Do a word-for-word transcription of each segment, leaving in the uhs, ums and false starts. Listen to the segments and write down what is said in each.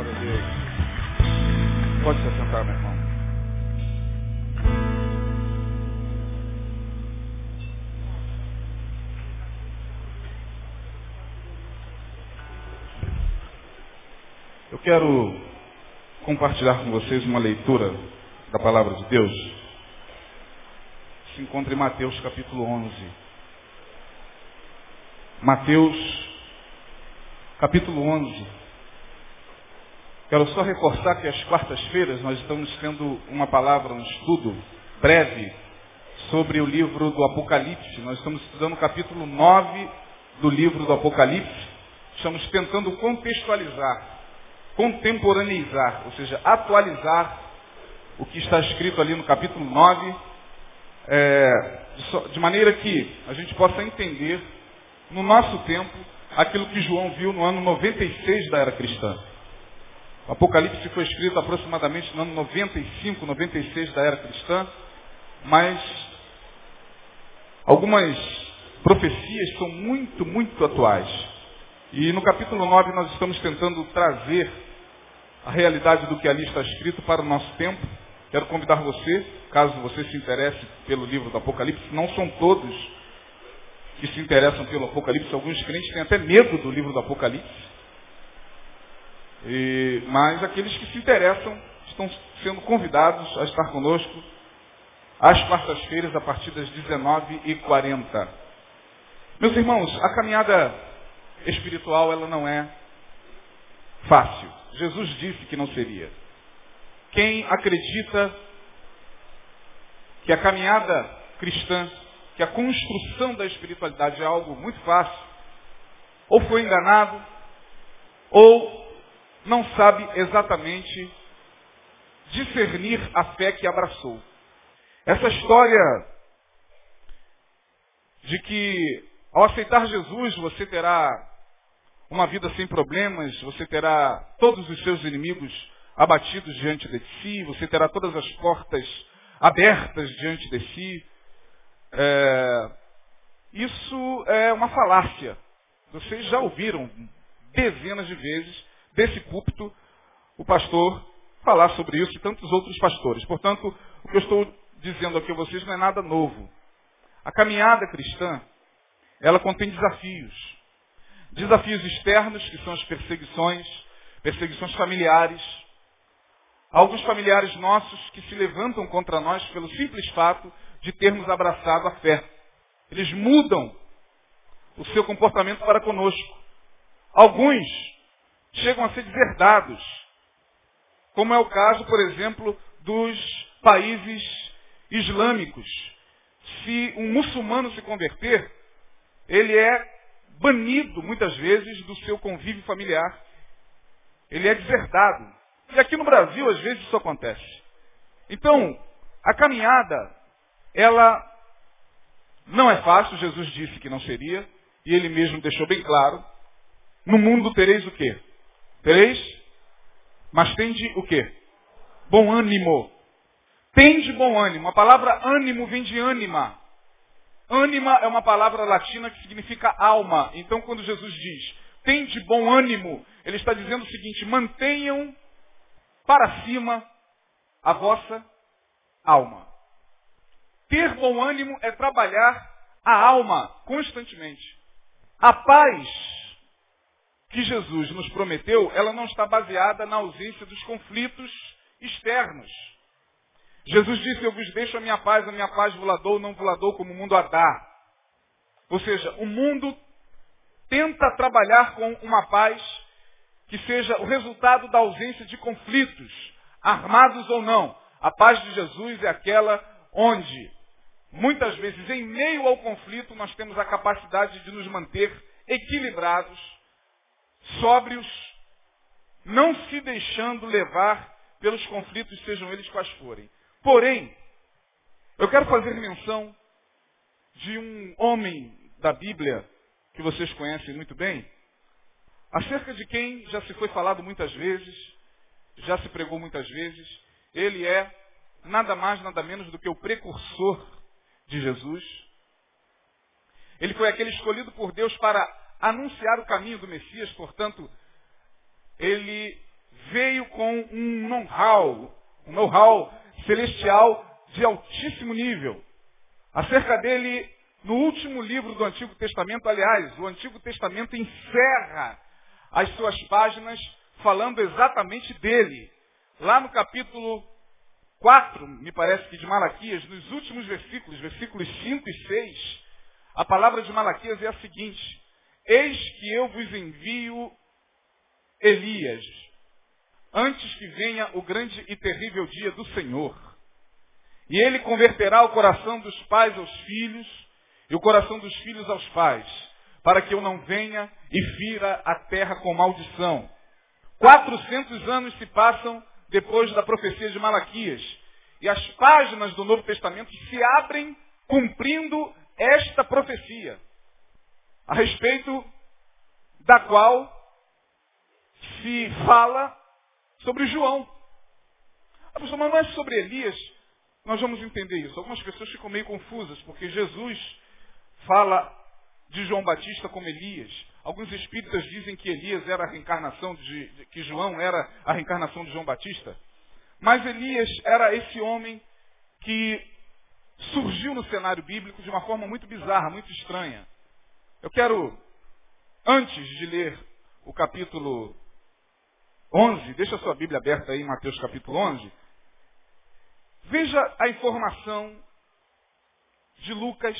Glória a Deus. Pode se assentar, meu irmão. Eu quero compartilhar com vocês uma leitura da Palavra de Deus. Se encontra em Mateus capítulo onze. Mateus capítulo onze. Quero só reforçar que às quartas-feiras nós estamos tendo uma palavra, um estudo breve sobre o livro do Apocalipse. Nós estamos estudando o capítulo nove do livro do Apocalipse. Estamos tentando contextualizar, contemporaneizar, ou seja, atualizar o que está escrito ali no capítulo nove, é, de, de maneira que a gente possa entender, no nosso tempo, aquilo que João viu no ano noventa e seis da era cristã. O Apocalipse foi escrito aproximadamente no ano noventa e cinco, noventa e seis da era cristã, mas algumas profecias são muito, muito atuais. E no capítulo nove nós estamos tentando trazer a realidade do que ali está escrito para o nosso tempo. Quero convidar você, caso você se interesse pelo livro do Apocalipse, não são todos que se interessam pelo Apocalipse, alguns crentes têm até medo do livro do Apocalipse, e, mas aqueles que se interessam estão sendo convidados a estar conosco às quartas-feiras, a partir das dezenove e quarenta. Meus irmãos, a caminhada espiritual ela não é fácil. Jesus disse que não seria. Quem acredita que a caminhada cristã, que a construção da espiritualidade é algo muito fácil, ou foi enganado, ou não sabe exatamente discernir a fé que abraçou. Essa história de que ao aceitar Jesus você terá uma vida sem problemas, você terá todos os seus inimigos abatidos diante de si, você terá todas as portas abertas diante de si. É, isso é uma falácia. Vocês já ouviram dezenas de vezes desse púlpito o pastor falar sobre isso e tantos outros pastores. Portanto, o que eu estou dizendo aqui a vocês não é nada novo. A caminhada cristã, ela contém desafios. Desafios externos, que são as perseguições, perseguições familiares. Alguns familiares nossos que se levantam contra nós pelo simples fato de termos abraçado a fé. Eles mudam o seu comportamento para conosco. Alguns chegam a ser deserdados, como é o caso, por exemplo, dos países islâmicos. Se um muçulmano se converter, ele é banido, muitas vezes, do seu convívio familiar. Ele é deserdado. E aqui no Brasil, às vezes, isso acontece. Então, a caminhada, ela não é fácil. Jesus disse que não seria, e ele mesmo deixou bem claro. No mundo tereis o quê? Tereis, mas tende o quê? Bom ânimo. Tende bom ânimo. A palavra ânimo vem de ânima. Ânima é uma palavra latina que significa alma. Então, quando Jesus diz, tende bom ânimo, ele está dizendo o seguinte, mantenham para cima a vossa alma. Ter bom ânimo é trabalhar a alma constantemente. A paz que Jesus nos prometeu, ela não está baseada na ausência dos conflitos externos. Jesus disse, eu vos deixo a minha paz, a minha paz vos dou, não vos dou como o mundo a dá. Ou seja, o mundo tenta trabalhar com uma paz que seja o resultado da ausência de conflitos, armados ou não. A paz de Jesus é aquela onde, muitas vezes, em meio ao conflito, nós temos a capacidade de nos manter equilibrados, sóbrios, não se deixando levar pelos conflitos, sejam eles quais forem. Porém, eu quero fazer menção de um homem da Bíblia, que vocês conhecem muito bem, acerca de quem já se foi falado muitas vezes, já se pregou muitas vezes. Ele é nada mais, nada menos do que o precursor de Jesus. Ele foi aquele escolhido por Deus para anunciar o caminho do Messias, portanto, ele veio com um know-how, um know-how celestial de altíssimo nível. Acerca dele, no último livro do Antigo Testamento, aliás, o Antigo Testamento encerra as suas páginas falando exatamente dele. Lá no capítulo quatro, me parece que de Malaquias, nos últimos versículos, versículos cinco e seis, a palavra de Malaquias é a seguinte: eis que eu vos envio Elias, antes que venha o grande e terrível dia do Senhor. E ele converterá o coração dos pais aos filhos, e o coração dos filhos aos pais, para que eu não venha e fira a terra com maldição. Quatrocentos anos se passam depois da profecia de Malaquias, e as páginas do Novo Testamento se abrem cumprindo esta profecia, a respeito da qual se fala sobre João. Ah, pastor, mas não é sobre Elias? Nós vamos entender isso. Algumas pessoas ficam meio confusas, porque Jesus fala de João Batista como Elias. Alguns espíritas dizem que Elias era a reencarnação de, de que João era a reencarnação de João Batista. Mas Elias era esse homem que surgiu no cenário bíblico de uma forma muito bizarra, muito estranha. Eu quero, antes de ler o capítulo onze, deixa a sua Bíblia aberta aí em Mateus capítulo onze, veja a informação de Lucas,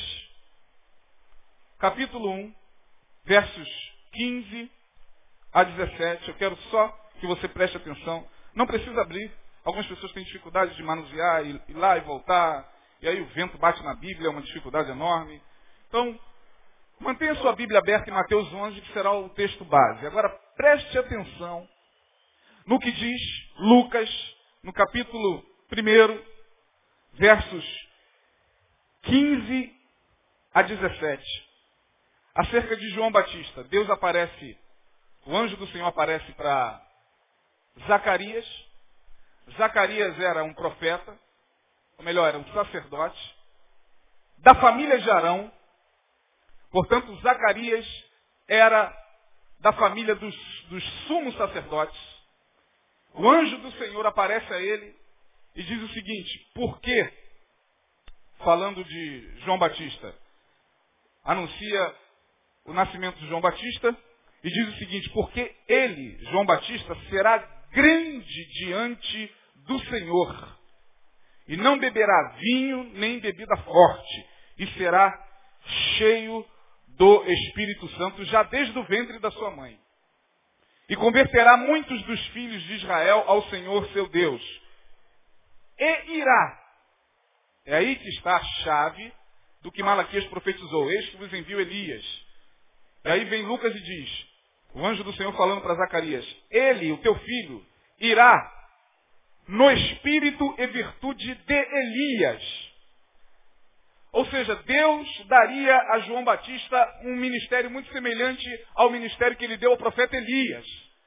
capítulo um, versos quinze a dezessete. Eu quero só que você preste atenção. Não precisa abrir. Algumas pessoas têm dificuldade de manusear, ir lá e voltar. E aí o vento bate na Bíblia, é uma dificuldade enorme. Então, mantenha sua Bíblia aberta em Mateus onze, que será o texto base. Agora, preste atenção no que diz Lucas, no capítulo um, versos quinze a dezessete. Acerca de João Batista. Deus aparece, o anjo do Senhor aparece para Zacarias. Zacarias era um profeta, ou melhor, era um sacerdote, da família de Arão. Portanto, Zacarias era da família dos, dos sumos sacerdotes. O anjo do Senhor aparece a ele e diz o seguinte: por que, falando de João Batista, anuncia o nascimento de João Batista e diz o seguinte: porque ele, João Batista, será grande diante do Senhor, e não beberá vinho nem bebida forte, e será cheio do Espírito Santo já desde o ventre da sua mãe. E converterá muitos dos filhos de Israel ao Senhor seu Deus. E irá. É aí que está a chave do que Malaquias profetizou. Eis que vos envio Elias. E aí vem Lucas e diz, o anjo do Senhor falando para Zacarias: ele, o teu filho, irá no espírito e virtude de Elias. Ou seja, Deus daria a João Batista um ministério muito semelhante ao ministério que ele deu ao profeta Elias.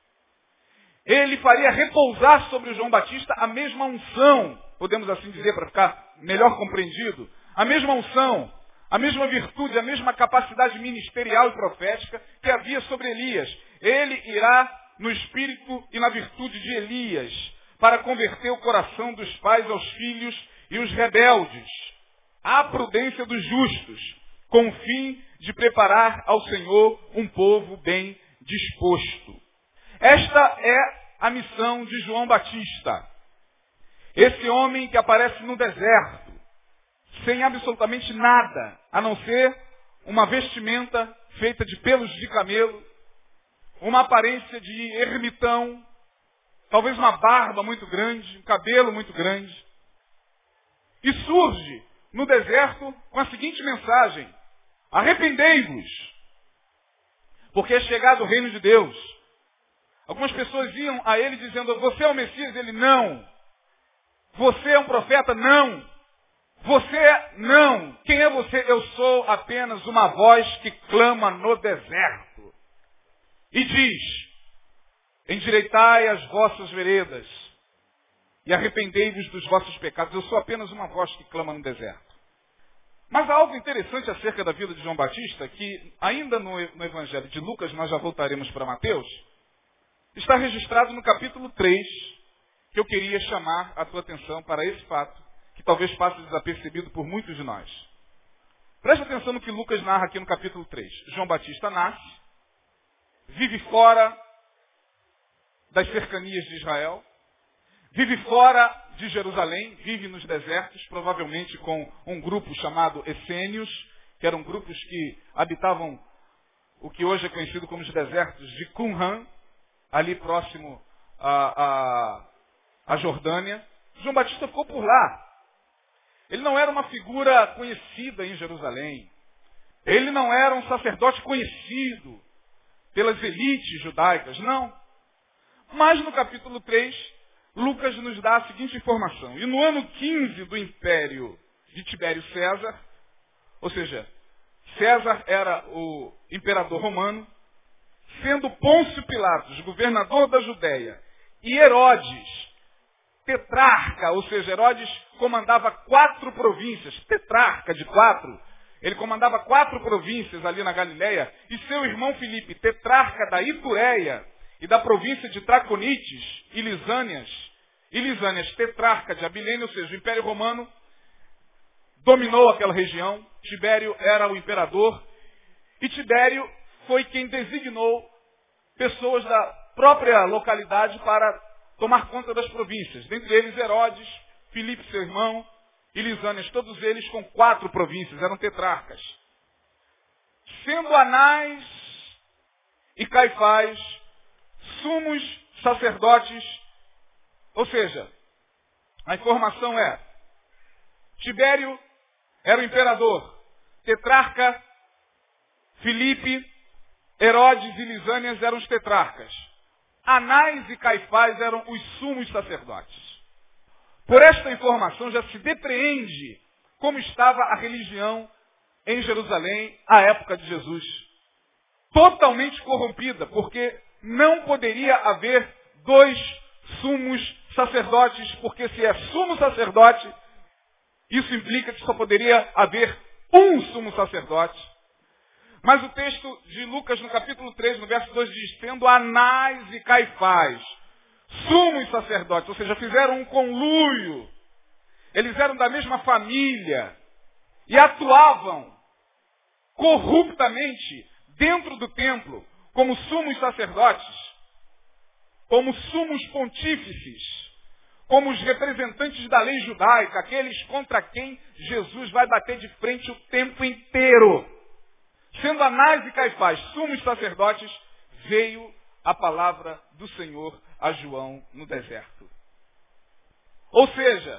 Ele faria repousar sobre o João Batista a mesma unção, podemos assim dizer para ficar melhor compreendido, a mesma unção, a mesma virtude, a mesma capacidade ministerial e profética que havia sobre Elias. Ele irá no espírito e na virtude de Elias, para converter o coração dos pais aos filhos e os rebeldes, à prudência dos justos, com o fim de preparar ao Senhor um povo bem disposto. Esta é a missão de João Batista. Esse homem que aparece no deserto, sem absolutamente nada, a não ser uma vestimenta feita de pelos de camelo, uma aparência de ermitão, talvez uma barba muito grande, um cabelo muito grande, e surge no deserto com a seguinte mensagem: arrependei-vos, porque é chegado o reino de Deus. Algumas pessoas iam a ele dizendo: você é o Messias? Ele: não. Você é um profeta? Não. Você não. Quem é você? Eu sou apenas uma voz que clama no deserto e diz: endireitai as vossas veredas e arrependei-vos dos vossos pecados. Eu sou apenas uma voz que clama no deserto. Mas há algo interessante acerca da vida de João Batista, que ainda no, no Evangelho de Lucas, nós já voltaremos para Mateus, está registrado no capítulo três, que eu queria chamar a tua atenção para esse fato, que talvez passe desapercebido por muitos de nós. Preste atenção no que Lucas narra aqui no capítulo três. João Batista nasce, vive fora das cercanias de Israel, vive fora de Jerusalém, vive nos desertos, provavelmente com um grupo chamado essênios, que eram grupos que habitavam o que hoje é conhecido como os desertos de Qumran, ali próximo à, à, à Jordânia. João Batista ficou por lá. Ele não era uma figura conhecida em Jerusalém. Ele não era um sacerdote conhecido pelas elites judaicas, não. Mas no capítulo três, Lucas nos dá a seguinte informação. E no ano quinze do império de Tibério César, ou seja, César era o imperador romano, sendo Pôncio Pilatos governador da Judéia e Herodes tetrarca, ou seja, Herodes comandava quatro províncias, tetrarca de quatro, ele comandava quatro províncias ali na Galileia, e seu irmão Filipe, tetrarca da Itureia e da província de Traconites e Lisânias, e Lisânias tetrarca de Abilene, ou seja, o Império Romano dominou aquela região. Tibério era o imperador, e Tibério foi quem designou pessoas da própria localidade para tomar conta das províncias. Dentre eles Herodes, Filipe, seu irmão, e Lisânias, todos eles com quatro províncias, eram tetrarcas. Sendo Anás e Caifás sumos sacerdotes, ou seja, a informação é, Tibério era o imperador, tetrarca, Filipe, Herodes e Lisânias eram os tetrarcas. Anás e Caifás eram os sumos sacerdotes. Por esta informação já se depreende como estava a religião em Jerusalém à época de Jesus. Totalmente corrompida, porque não poderia haver dois sumos sacerdotes, porque se é sumo sacerdote, isso implica que só poderia haver um sumo sacerdote. Mas o texto de Lucas, no capítulo três, no verso dois, diz, sendo Anás e Caifás sumos sacerdotes, ou seja, fizeram um conluio. Eles eram da mesma família e atuavam corruptamente dentro do templo como sumos sacerdotes, como sumos pontífices, como os representantes da lei judaica, aqueles contra quem Jesus vai bater de frente o tempo inteiro. Sendo Anás e Caifás sumos sacerdotes, veio a palavra do Senhor a João no deserto. Ou seja,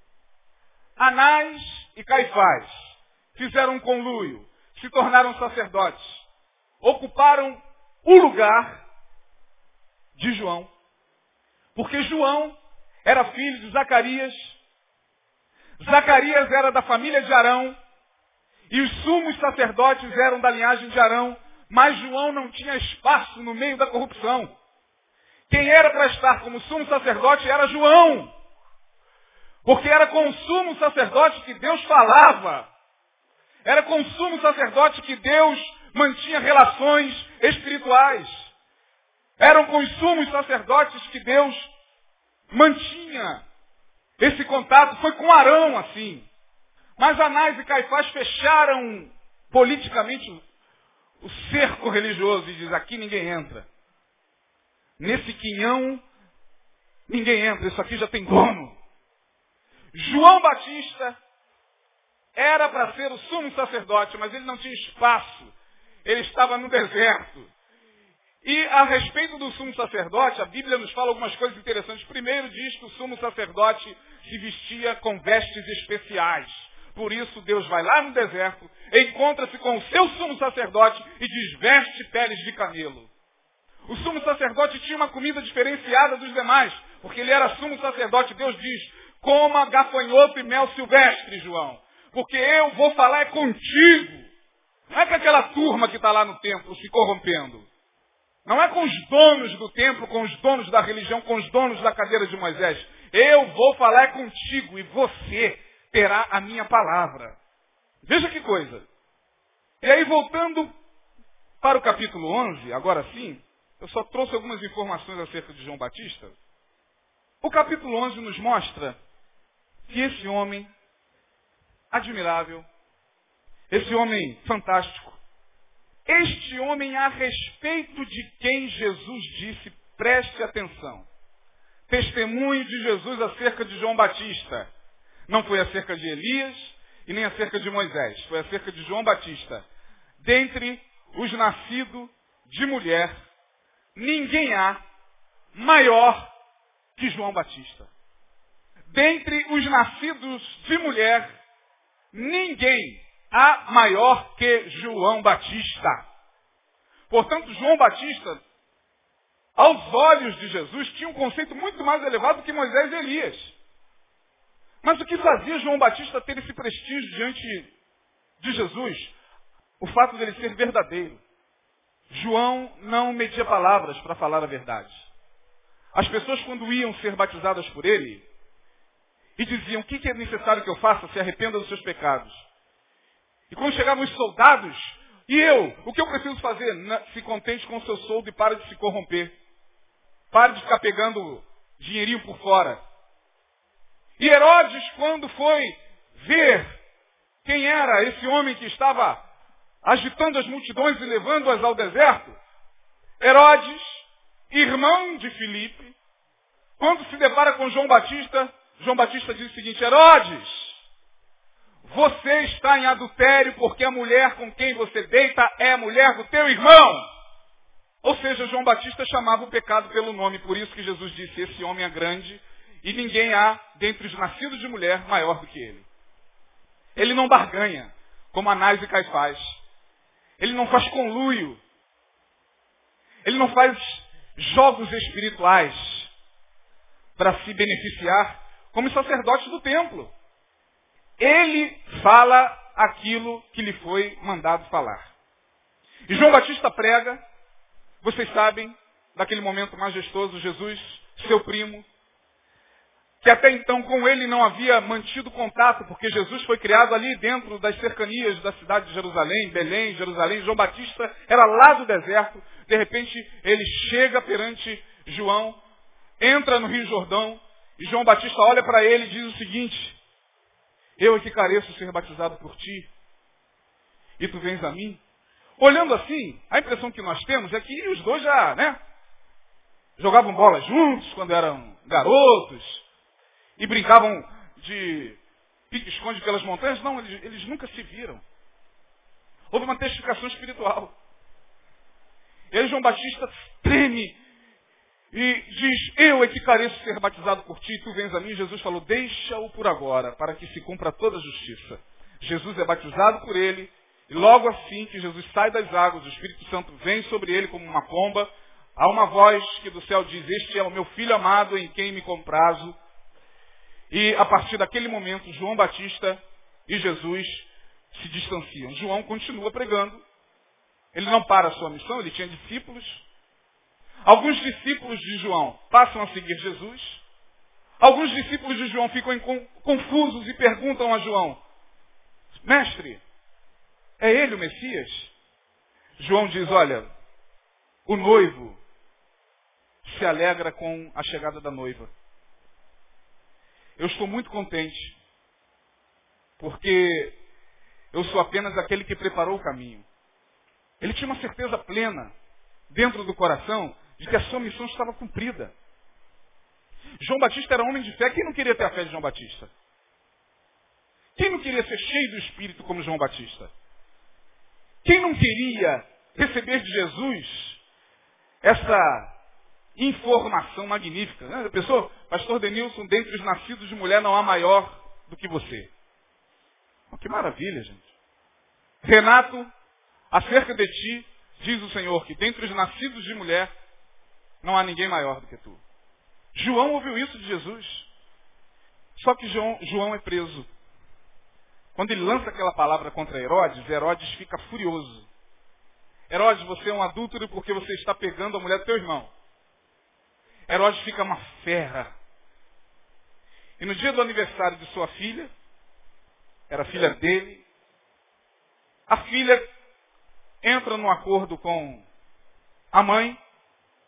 Anás e Caifás fizeram um conluio, se tornaram sacerdotes, ocuparam o lugar de João, porque João era filho de Zacarias, Zacarias era da família de Arão, e os sumos sacerdotes eram da linhagem de Arão, mas João não tinha espaço no meio da corrupção. Quem era para estar como sumo sacerdote era João. Porque era com o sumo sacerdote que Deus falava. Era com o sumo sacerdote que Deus mantinha relações espirituais. Eram com os sumos sacerdotes que Deus mantinha esse contato. Foi com Arão assim. Mas Anás e Caifás fecharam politicamente o cerco religioso e diz, aqui ninguém entra. Nesse quinhão, ninguém entra. Isso aqui já tem dono. João Batista era para ser o sumo sacerdote, mas ele não tinha espaço. Ele estava no deserto. E a respeito do sumo sacerdote, a Bíblia nos fala algumas coisas interessantes. Primeiro diz que o sumo sacerdote se vestia com vestes especiais. Por isso Deus vai lá no deserto, encontra-se com o seu sumo sacerdote e diz, veste peles de camelo. O sumo sacerdote tinha uma comida diferenciada dos demais, porque ele era sumo sacerdote. Deus diz, coma gafanhoto e mel silvestre, João, porque eu vou falar é contigo. Não é com aquela turma que está lá no templo se corrompendo. Não é com os donos do templo, com os donos da religião, com os donos da cadeira de Moisés. Eu vou falar é contigo e você terá a minha palavra. Veja que coisa. E aí, voltando para o capítulo onze, agora sim, eu só trouxe algumas informações acerca de João Batista. O capítulo onze nos mostra que esse homem admirável, esse homem fantástico, este homem a respeito de quem Jesus disse, preste atenção, testemunho de Jesus acerca de João Batista, não foi acerca de Elias e nem acerca de Moisés, foi acerca de João Batista. Dentre os nascidos de mulher, ninguém há maior que João Batista. Dentre os nascidos de mulher, ninguém há maior que João Batista. Portanto, João Batista, aos olhos de Jesus, tinha um conceito muito mais elevado que Moisés e Elias. Mas o que fazia João Batista ter esse prestígio diante de Jesus? O fato dele ser verdadeiro. João não media palavras para falar a verdade. As pessoas, quando iam ser batizadas por ele, e diziam, o que é necessário que eu faça? Se arrependa dos seus pecados. E quando chegavam os soldados, e eu, o que eu preciso fazer? Se contente com o seu soldo e pare de se corromper. Pare de ficar pegando dinheirinho por fora. E Herodes, quando foi ver quem era esse homem que estava agitando as multidões e levando-as ao deserto, Herodes, irmão de Filipe, quando se depara com João Batista, João Batista diz o seguinte, Herodes, você está em adultério porque a mulher com quem você deita é a mulher do teu irmão. Ou seja, João Batista chamava o pecado pelo nome, por isso que Jesus disse, esse homem é grande e ninguém há, dentre os nascidos de mulher, maior do que ele. Ele não barganha, como Anás e Caifás. Ele não faz conluio. Ele não faz jogos espirituais para se beneficiar como os sacerdotes do templo. Ele fala aquilo que lhe foi mandado falar. E João Batista prega, vocês sabem, daquele momento majestoso, Jesus, seu primo, que até então com ele não havia mantido contato, porque Jesus foi criado ali dentro das cercanias da cidade de Jerusalém, Belém, Jerusalém. João Batista era lá do deserto. De repente, ele chega perante João, entra no Rio Jordão, e João Batista olha para ele e diz o seguinte, eu é que careço ser batizado por ti, e tu vens a mim. Olhando assim, a impressão que nós temos é que os dois já, né, jogavam bola juntos quando eram garotos, e brincavam de pique-esconde pelas montanhas. Não, eles, eles nunca se viram. Houve uma testificação espiritual. E aí João Batista treme e diz, eu é que careço ser batizado por ti, tu vens a mim. Jesus falou, deixa-o por agora, para que se cumpra toda a justiça. Jesus é batizado por ele, e logo assim que Jesus sai das águas, o Espírito Santo vem sobre ele como uma pomba. Há uma voz que do céu diz, este é o meu filho amado em quem me comprazo. E a partir daquele momento, João Batista e Jesus se distanciam. João continua pregando. Ele não para a sua missão, ele tinha discípulos. Alguns discípulos de João passam a seguir Jesus. Alguns discípulos de João ficam confusos e perguntam a João, mestre, é ele o Messias? João diz, olha, o noivo se alegra com a chegada da noiva. Eu estou muito contente, porque eu sou apenas aquele que preparou o caminho. Ele tinha uma certeza plena, dentro do coração, de que a sua missão estava cumprida. João Batista era homem de fé. Quem não queria ter a fé de João Batista? Quem não queria ser cheio do Espírito como João Batista? Quem não queria receber de Jesus essa informação magnífica? Né? A pessoa, pastor Denilson, dentre os nascidos de mulher não há maior do que você. Oh, que maravilha, gente. Renato, acerca de ti, diz o Senhor que dentre os nascidos de mulher não há ninguém maior do que tu. João ouviu isso de Jesus. Só que João, João é preso. Quando ele lança aquela palavra contra Herodes, Herodes fica furioso. Herodes, você é um adúltero porque você está pegando a mulher do teu irmão. Herodes fica uma fera. E no dia do aniversário de sua filha, era filha dele, a filha entra num acordo com a mãe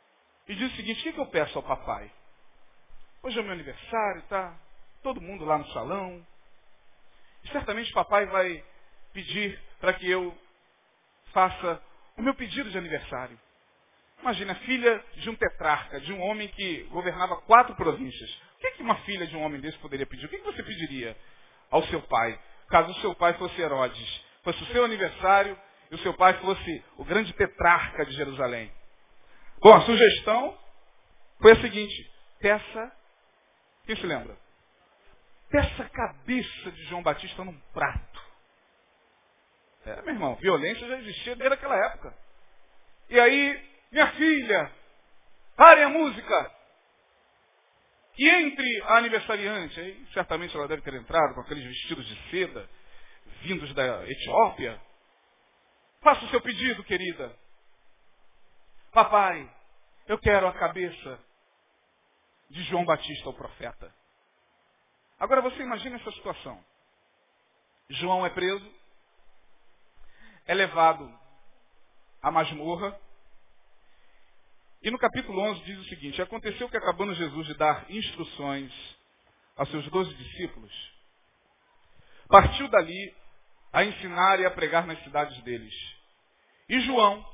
e diz o seguinte: o que, que eu peço ao papai? Hoje é o meu aniversário, tá? Todo mundo lá no salão. E certamente papai vai pedir para que eu faça o meu pedido de aniversário. Imagina, filha de um tetrarca, de um homem que governava quatro províncias. O que, que uma filha de um homem desse poderia pedir? O que, que você pediria ao seu pai, caso o seu pai fosse Herodes, fosse o seu aniversário e o seu pai fosse o grande tetrarca de Jerusalém? Bom, a sugestão foi a seguinte: peça, quem se lembra? Peça a cabeça de João Batista num prato. É, meu irmão, violência já existia desde aquela época. E aí, minha filha, parem a música. E entre a aniversariante, aí certamente ela deve ter entrado com aqueles vestidos de seda, vindos da Etiópia. Faça o seu pedido, querida. Papai, eu quero a cabeça de João Batista, o profeta. Agora você imagina essa situação. João é preso, é levado à masmorra, e no capítulo onze diz o seguinte: aconteceu que, acabando Jesus de dar instruções aos seus doze discípulos, partiu dali a ensinar e a pregar nas cidades deles. E João,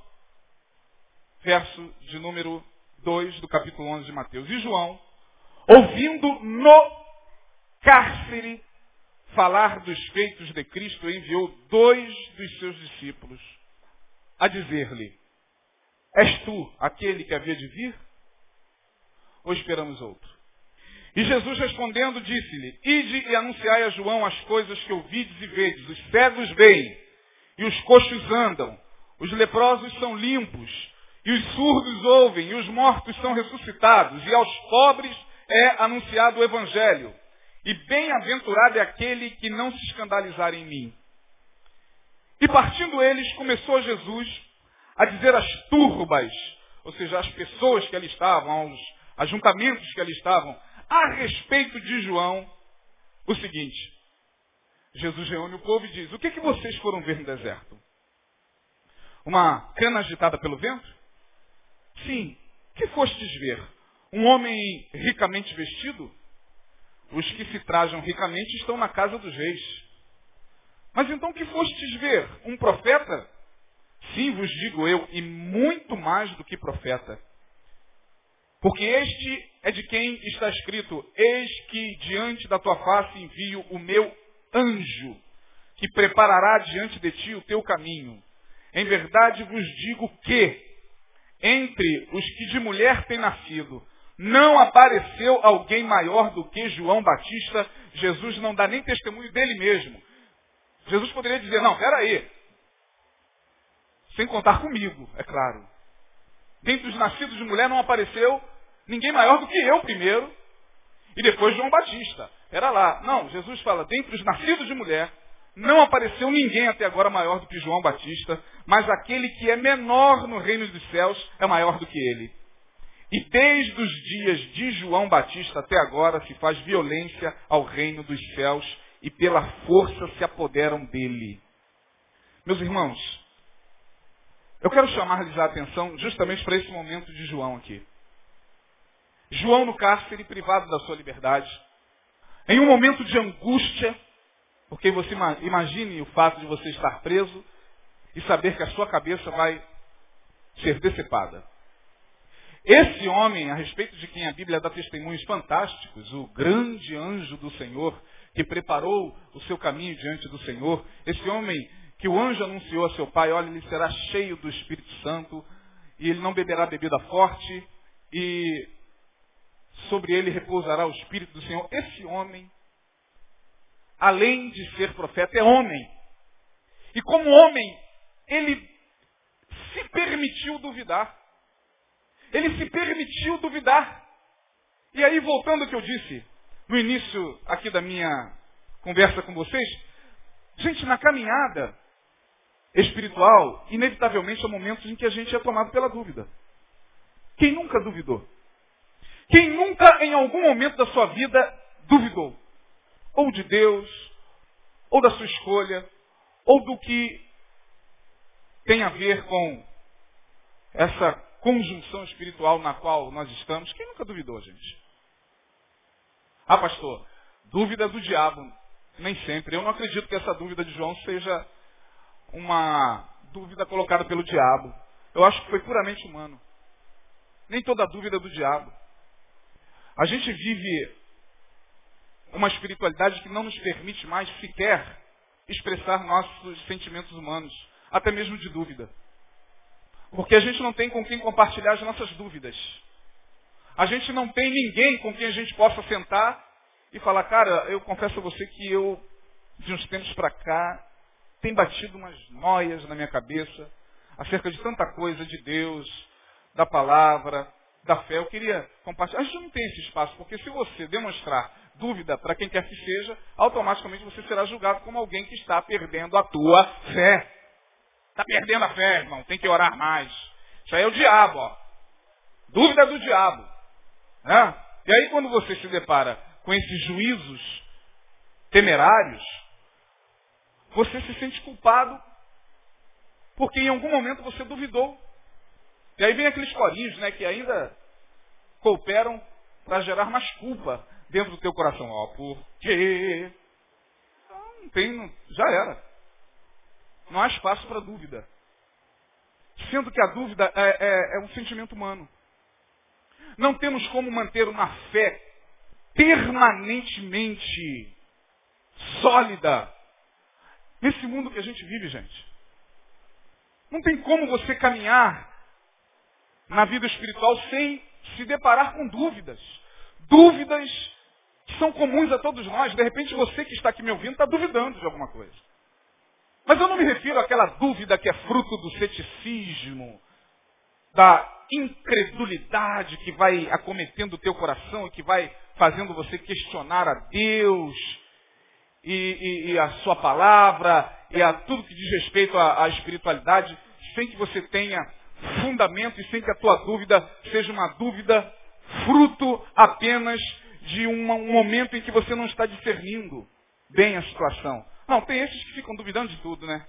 verso de número dois do capítulo onze de Mateus, e João, ouvindo no cárcere falar dos feitos de Cristo, enviou dois dos seus discípulos a dizer-lhe: és tu aquele que havia de vir? Ou esperamos outro? E Jesus respondendo disse-lhe: ide e anunciai a João as coisas que ouvides e vedes. Os cegos veem, e os coxos andam, os leprosos são limpos, e os surdos ouvem, e os mortos são ressuscitados, e aos pobres é anunciado o Evangelho. E bem-aventurado é aquele que não se escandalizar em mim. E partindo eles, começou Jesus a dizer às turbas, ou seja, às pessoas que ali estavam, aos ajuntamentos que ali estavam, a respeito de João, o seguinte: Jesus reúne o povo e diz: o que, que vocês foram ver no deserto? Uma cana agitada pelo vento? Sim. O que fostes ver? Um homem ricamente vestido? Os que se trajam ricamente estão na casa dos reis. Mas então o que fostes ver? Um profeta? Sim, vos digo eu, e muito mais do que profeta. Porque este é de quem está escrito: eis que diante da tua face envio o meu anjo, que preparará diante de ti o teu caminho. Em verdade vos digo que, entre os que de mulher têm nascido, não apareceu alguém maior do que João Batista. Jesus não dá nem testemunho dele mesmo. Jesus poderia dizer: não, peraí, sem contar comigo, é claro. Dentre os nascidos de mulher não apareceu ninguém maior do que eu primeiro, e depois João Batista. Era lá. Não, Jesus fala: dentre os nascidos de mulher não apareceu ninguém até agora maior do que João Batista, mas aquele que é menor no reino dos céus é maior do que ele. E desde os dias de João Batista até agora se faz violência ao reino dos céus, e pela força se apoderam dele. Meus irmãos, eu quero chamar-lhes a atenção justamente para esse momento de João aqui. João no cárcere, privado da sua liberdade, em um momento de angústia, porque você imagine o fato de você estar preso e saber que a sua cabeça vai ser decepada. Esse homem, a respeito de quem a Bíblia dá testemunhos fantásticos, o grande anjo do Senhor, que preparou o seu caminho diante do Senhor, esse homem que o anjo anunciou a seu pai: olha, ele será cheio do Espírito Santo, e ele não beberá bebida forte, e sobre ele repousará o Espírito do Senhor. Esse homem, além de ser profeta, é homem. E como homem, ele se permitiu duvidar. Ele se permitiu duvidar. E aí, voltando ao que eu disse no início aqui da minha conversa com vocês, gente, na caminhada espiritual, inevitavelmente há momentos em que a gente é tomado pela dúvida. Quem nunca duvidou? Quem nunca, em algum momento da sua vida, duvidou? Ou de Deus, ou da sua escolha, ou do que tem a ver com essa conjunção espiritual na qual nós estamos. Quem nunca duvidou, gente? Ah, pastor, dúvida do diabo. Nem sempre. Eu não acredito que essa dúvida de João seja uma dúvida colocada pelo diabo. Eu acho que foi puramente humano. Nem toda dúvida é do diabo. A gente vive uma espiritualidade que não nos permite mais sequer expressar nossos sentimentos humanos, até mesmo de dúvida. Porque a gente não tem com quem compartilhar as nossas dúvidas. A gente não tem ninguém com quem a gente possa sentar e falar, cara, eu confesso a você que eu, de uns tempos para cá, tem batido umas noias na minha cabeça acerca de tanta coisa de Deus, da palavra, da fé. Eu queria compartilhar. A gente não tem esse espaço, porque se você demonstrar dúvida para quem quer que seja, automaticamente você será julgado como alguém que está perdendo a tua fé. Está perdendo a fé, irmão. Tem que orar mais. Isso aí é o diabo, ó. Dúvida do diabo. Né? E aí quando você se depara com esses juízos temerários, você se sente culpado porque em algum momento você duvidou. E aí vem aqueles corinhos, né, que ainda cooperam para gerar mais culpa dentro do teu coração. Ó, por quê? Então, não tem, não, já era. Não há espaço para dúvida. Sendo que a dúvida é, é, é um sentimento humano. Não temos como manter uma fé permanentemente sólida nesse mundo que a gente vive, gente. Não tem como você caminhar na vida espiritual sem se deparar com dúvidas. Dúvidas que são comuns a todos nós. De repente você que está aqui me ouvindo está duvidando de alguma coisa. Mas eu não me refiro àquela dúvida que é fruto do ceticismo, da incredulidade que vai acometendo o teu coração e que vai fazendo você questionar a Deus e, e, e a sua palavra e a tudo que diz respeito à, à espiritualidade, sem que você tenha fundamento e sem que a tua dúvida seja uma dúvida fruto apenas de uma, um momento em que você não está discernindo bem a situação. Não, tem esses que ficam duvidando de tudo, né?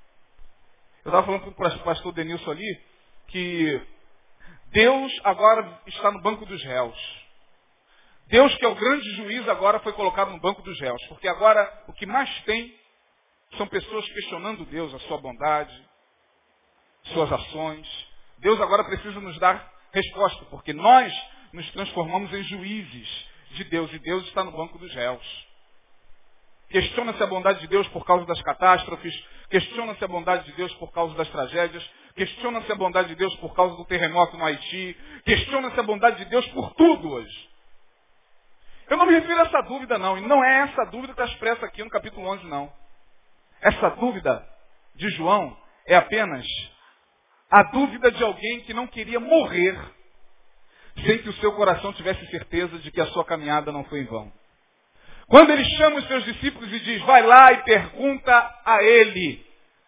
Eu estava falando para o pastor Denilson ali que Deus agora está no banco dos réus. Deus, que é o grande juiz, agora foi colocado no banco dos réus. Porque agora o que mais tem são pessoas questionando Deus, a sua bondade, suas ações. Deus agora precisa nos dar resposta, porque nós nos transformamos em juízes de Deus e Deus está no banco dos réus. Questiona-se a bondade de Deus por causa das catástrofes, questiona-se a bondade de Deus por causa das tragédias, questiona-se a bondade de Deus por causa do terremoto no Haiti, questiona-se a bondade de Deus por tudo hoje. Eu não me refiro a essa dúvida não, e não é essa dúvida que está expressa aqui no capítulo onze não. Essa dúvida de João é apenas a dúvida de alguém que não queria morrer sem que o seu coração tivesse certeza de que a sua caminhada não foi em vão. Quando ele chama os seus discípulos e diz, vai lá e pergunta a ele,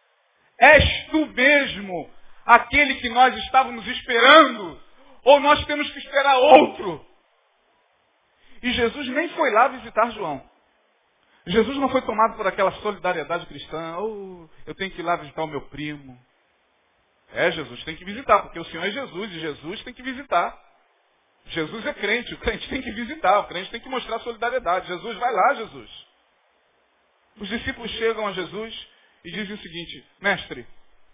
és tu mesmo aquele que nós estávamos esperando? Ou nós temos que esperar outro? E Jesus nem foi lá visitar João. Jesus não foi tomado por aquela solidariedade cristã. Oh, eu tenho que ir lá visitar o meu primo. É, Jesus tem que visitar, porque o Senhor é Jesus e Jesus tem que visitar. Jesus é crente, o crente tem que visitar, o crente tem que mostrar solidariedade. Jesus, vai lá, Jesus. Os discípulos chegam a Jesus e dizem o seguinte, mestre,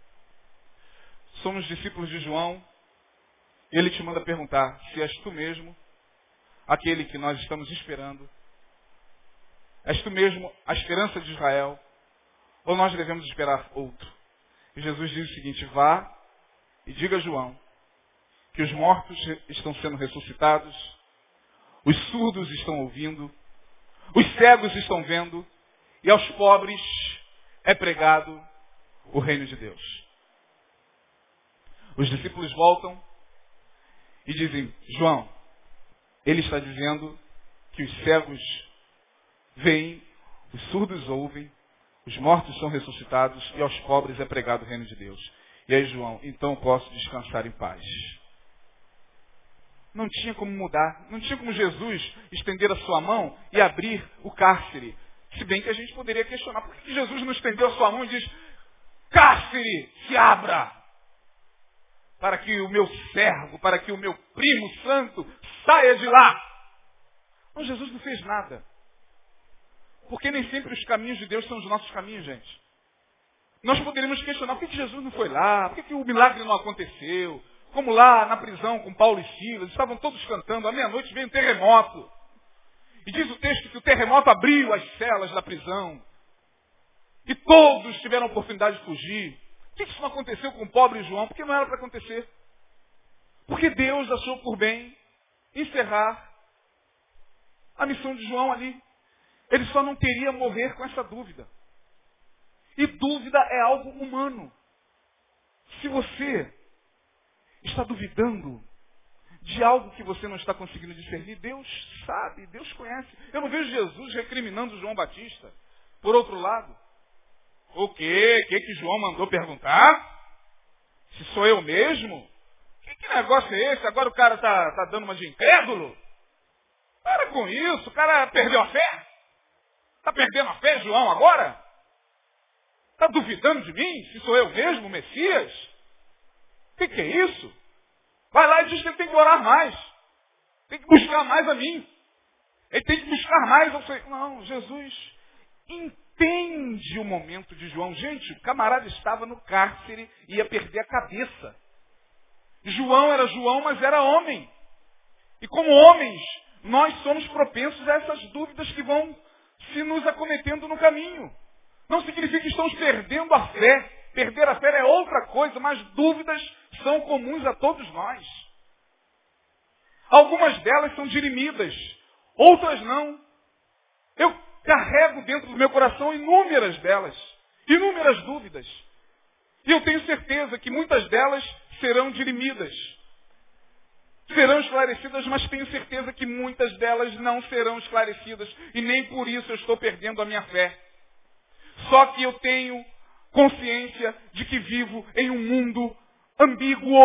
somos discípulos de João, e ele te manda perguntar se és tu mesmo aquele que nós estamos esperando. És tu mesmo a esperança de Israel, ou nós devemos esperar outro? E Jesus diz o seguinte, vá e diga a João que os mortos estão sendo ressuscitados, os surdos estão ouvindo, os cegos estão vendo, e aos pobres é pregado o reino de Deus. Os discípulos voltam e dizem, João, ele está dizendo que os cegos veem, os surdos ouvem, os mortos são ressuscitados e aos pobres é pregado o reino de Deus. E aí, João, então posso descansar em paz. Não tinha como mudar, não tinha como Jesus estender a sua mão e abrir o cárcere. Se bem que a gente poderia questionar, por que Jesus não estendeu a sua mão e diz, cárcere, se abra? para que o meu servo, para que o meu primo santo saia de lá. Não, Jesus não fez nada. Porque nem sempre os caminhos de Deus são os nossos caminhos, gente. Nós poderíamos questionar por que Jesus não foi lá, por que o milagre não aconteceu. Como lá na prisão com Paulo e Silas, estavam todos cantando, à meia-noite veio um terremoto. E diz o texto que o terremoto abriu as celas da prisão. E todos tiveram a oportunidade de fugir. Por que isso não aconteceu com o pobre João? Porque não era para acontecer. Porque Deus achou por bem encerrar a missão de João ali. Ele só não queria morrer com essa dúvida. E dúvida é algo humano. Se você está duvidando de algo que você não está conseguindo discernir, Deus sabe, Deus conhece. Eu não vejo Jesus recriminando João Batista. Por outro lado, o quê? O que que João mandou perguntar? Se sou eu mesmo? Que, que negócio é esse? Agora o cara está tá dando uma de incrédulo? Para com isso, o cara perdeu a fé? Está perdendo a fé, João, agora? Está duvidando de mim? Se sou eu mesmo, o Messias? O que, que é isso? Vai lá e diz que ele tem que orar mais. Tem que buscar mais a mim. Ele tem que buscar mais ao Senhor. Não, Jesus entende o momento de João. Gente, o camarada estava no cárcere e ia perder a cabeça. João era João, mas era homem. E como homens, nós somos propensos a essas dúvidas que vão se nos acometendo no caminho. Não significa que estamos perdendo a fé. Perder a fé é outra coisa, mas dúvidas são comuns a todos nós. Algumas delas são dirimidas, outras não. Eu carrego dentro do meu coração inúmeras delas, inúmeras dúvidas. E eu tenho certeza que muitas delas serão dirimidas, serão esclarecidas, mas tenho certeza que muitas delas não serão esclarecidas. E nem por isso eu estou perdendo a minha fé. Só que eu tenho consciência de que vivo em um mundo ambíguo,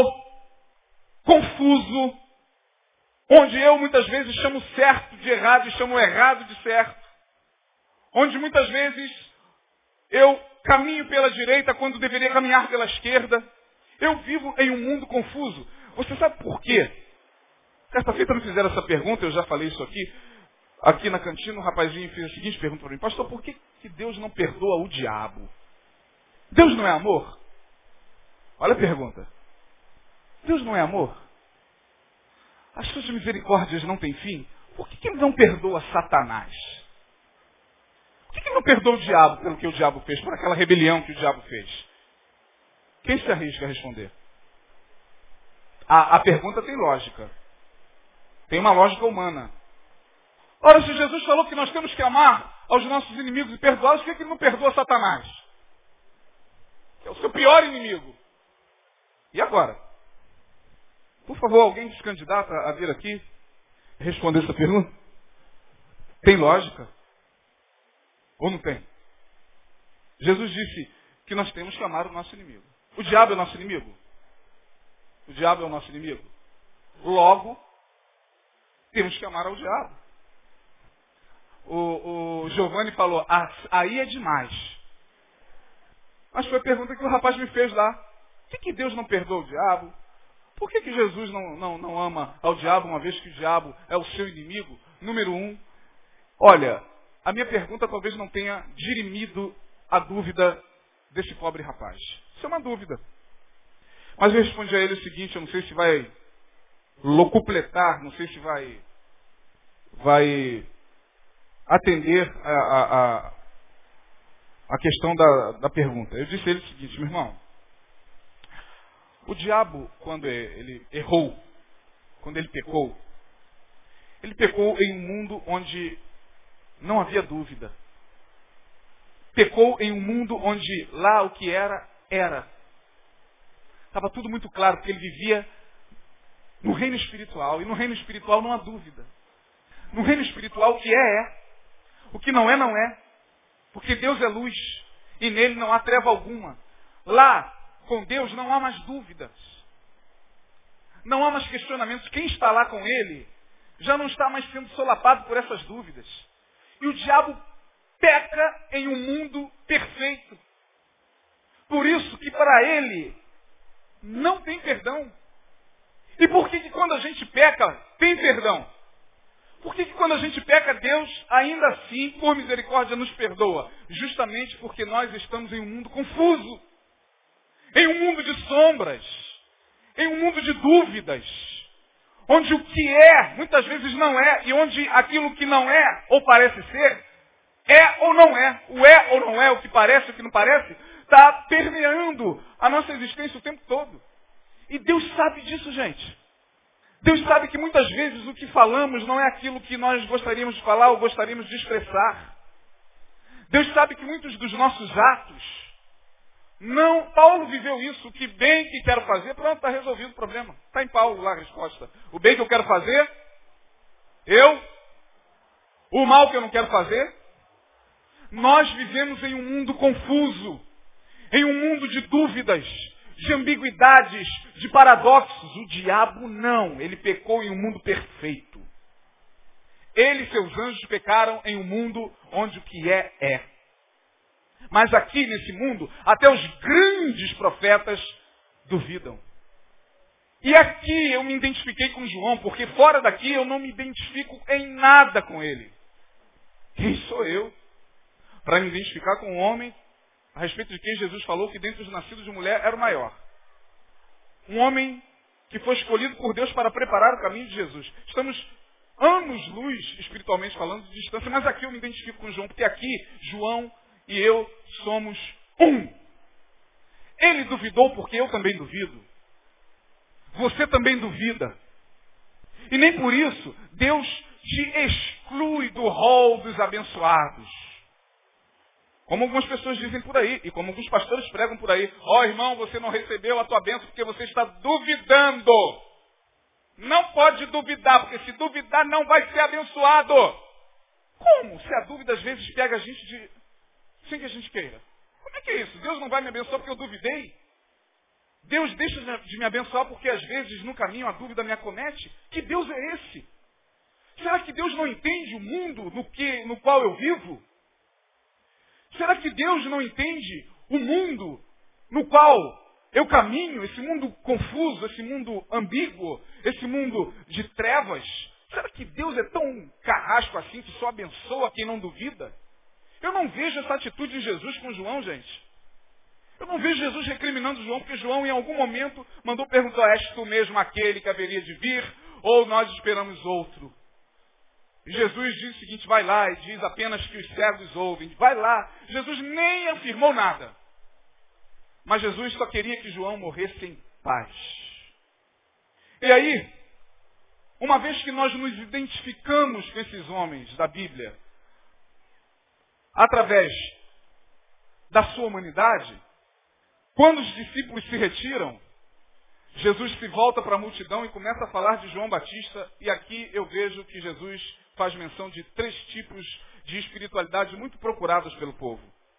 confuso, onde eu muitas vezes chamo certo de errado e chamo errado de certo. Onde muitas vezes eu caminho pela direita quando deveria caminhar pela esquerda. Eu vivo em um mundo confuso. Você sabe por quê? Certa feita me fizeram essa pergunta, eu já falei isso aqui. Aqui na cantina, um rapazinho fez a seguinte pergunta para mim. Pastor, por que, que Deus não perdoa o diabo? Deus não é amor? Olha a pergunta. Deus não é amor? As suas misericórdias não têm fim? Por que, que ele não perdoa Satanás? Por que, que ele não perdoa o diabo pelo que o diabo fez, por aquela rebelião que o diabo fez? Quem se arrisca a responder? A, a pergunta tem lógica. Tem uma lógica humana. Ora, se Jesus falou que nós temos que amar aos nossos inimigos e perdoá-los, por que, que ele não perdoa Satanás? É o seu pior inimigo. E agora? Por favor, alguém se candidata a vir aqui responder essa pergunta? Tem lógica? Ou não tem? Jesus disse que nós temos que amar o nosso inimigo. O diabo é o nosso inimigo? O diabo é o nosso inimigo? Logo, temos que amar ao diabo. O, o Giovanni falou, ah, aí é demais. Mas foi a pergunta que o rapaz me fez lá. Por que, que Deus não perdoa o diabo? Por que, que Jesus não, não, não ama ao diabo, uma vez que o diabo é o seu inimigo? Número um. Olha, a minha pergunta talvez não tenha dirimido a dúvida desse pobre rapaz. Isso é uma dúvida. Mas eu respondi a ele o seguinte, eu não sei se vai locupletar, não sei se vai, vai atender a, a, a, a questão da, da pergunta. Eu disse a ele o seguinte, meu irmão, o diabo, quando ele errou, quando ele pecou, ele pecou em um mundo onde não havia dúvida. Pecou em um mundo onde lá o que era, era. Estava tudo muito claro, porque ele vivia no reino espiritual. E no reino espiritual não há dúvida. No reino espiritual o que é, é. O que não é, não é. Porque Deus é luz. E nele não há treva alguma. Lá, com Deus, não há mais dúvidas. Não há mais questionamentos. Quem está lá com ele já não está mais sendo solapado por essas dúvidas. E o diabo peca em um mundo perfeito. Por isso que para ele não tem perdão. E por que que quando a gente peca, tem perdão? Por que que quando a gente peca, Deus ainda assim, por misericórdia, nos perdoa? Justamente porque nós estamos em um mundo confuso. Em um mundo de sombras. Em um mundo de dúvidas. Onde o que é, muitas vezes não é. E onde aquilo que não é, ou parece ser, é ou não é. O é ou não é, o que parece, o que não parece, está permeando a nossa existência o tempo todo. E Deus sabe disso, gente. Deus sabe que muitas vezes o que falamos não é aquilo que nós gostaríamos de falar ou gostaríamos de expressar. Deus sabe que muitos dos nossos atos, não, Paulo viveu isso, o que bem que quero fazer, pronto, está resolvido o problema. Está em Paulo lá a resposta. O bem que eu quero fazer, eu, o mal que eu não quero fazer. Nós vivemos em um mundo confuso, em um mundo de dúvidas, de ambiguidades, de paradoxos. O diabo não. Ele pecou em um mundo perfeito. Ele e seus anjos pecaram em um mundo onde o que é, é. Mas aqui nesse mundo, até os grandes profetas duvidam. E aqui eu me identifiquei com João, porque fora daqui eu não me identifico em nada com ele. Quem sou eu para me identificar com um homem a respeito de quem Jesus falou que dentre os nascidos de mulher era o maior? Um homem que foi escolhido por Deus para preparar o caminho de Jesus. Estamos anos-luz, espiritualmente falando, de distância, mas aqui eu me identifico com João, porque aqui João e eu somos um. Ele duvidou porque eu também duvido. Você também duvida. E nem por isso Deus te exclui do rol dos abençoados. Como algumas pessoas dizem por aí, e como alguns pastores pregam por aí. Ó, oh, irmão, você não recebeu a tua bênção porque você está duvidando. Não pode duvidar, porque se duvidar não vai ser abençoado. Como? Se a dúvida às vezes pega a gente de... sem que a gente queira. Como é que é isso? Deus não vai me abençoar porque eu duvidei? Deus deixa de me abençoar porque às vezes no caminho a dúvida me acomete? Que Deus é esse? Será que Deus não entende o mundo no, que, no qual eu vivo? Será que Deus não entende o mundo no qual eu caminho, esse mundo confuso, esse mundo ambíguo, esse mundo de trevas? Será que Deus é tão carrasco assim que só abençoa quem não duvida? Eu não vejo essa atitude de Jesus com João, gente. Eu não vejo Jesus recriminando João, porque João em algum momento mandou perguntar, és tu mesmo aquele que haveria de vir, ou nós esperamos outro? E Jesus diz o seguinte, vai lá, e diz apenas que os cegos ouvem. Vai lá. Jesus nem afirmou nada. Mas Jesus só queria que João morresse em paz. E aí, uma vez que nós nos identificamos com esses homens da Bíblia, através da sua humanidade, quando os discípulos se retiram, Jesus se volta para a multidão e começa a falar de João Batista, e aqui eu vejo que Jesus faz menção de três tipos de espiritualidade muito procurados pelo povo.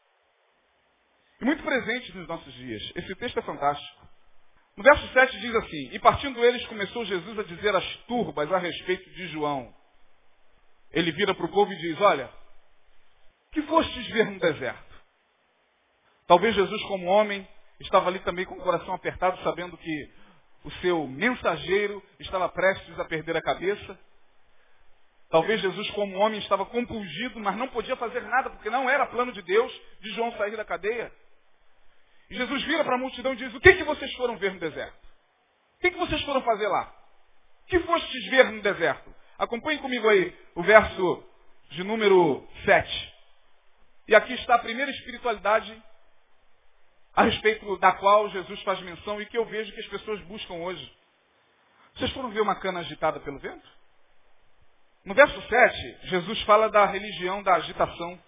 E muito presentes nos nossos dias. Esse texto é fantástico. No verso sete diz assim, e partindo eles começou Jesus a dizer as turbas a respeito de João. Ele vira para o povo e diz, olha, que fostes ver no deserto? Talvez Jesus como homem estava ali também com o coração apertado, sabendo que o seu mensageiro estava prestes a perder a cabeça. Talvez Jesus como homem estava compungido, mas não podia fazer nada, porque não era plano de Deus de João sair da cadeia. E Jesus vira para a multidão e diz, o que, que vocês foram ver no deserto? O que, que vocês foram fazer lá? O que fostes ver no deserto? Acompanhem comigo aí o verso de número sete. E aqui está a primeira espiritualidade a respeito da qual Jesus faz menção e que eu vejo que as pessoas buscam hoje. Vocês foram ver uma cana agitada pelo vento? No verso sete, Jesus fala da religião da agitação.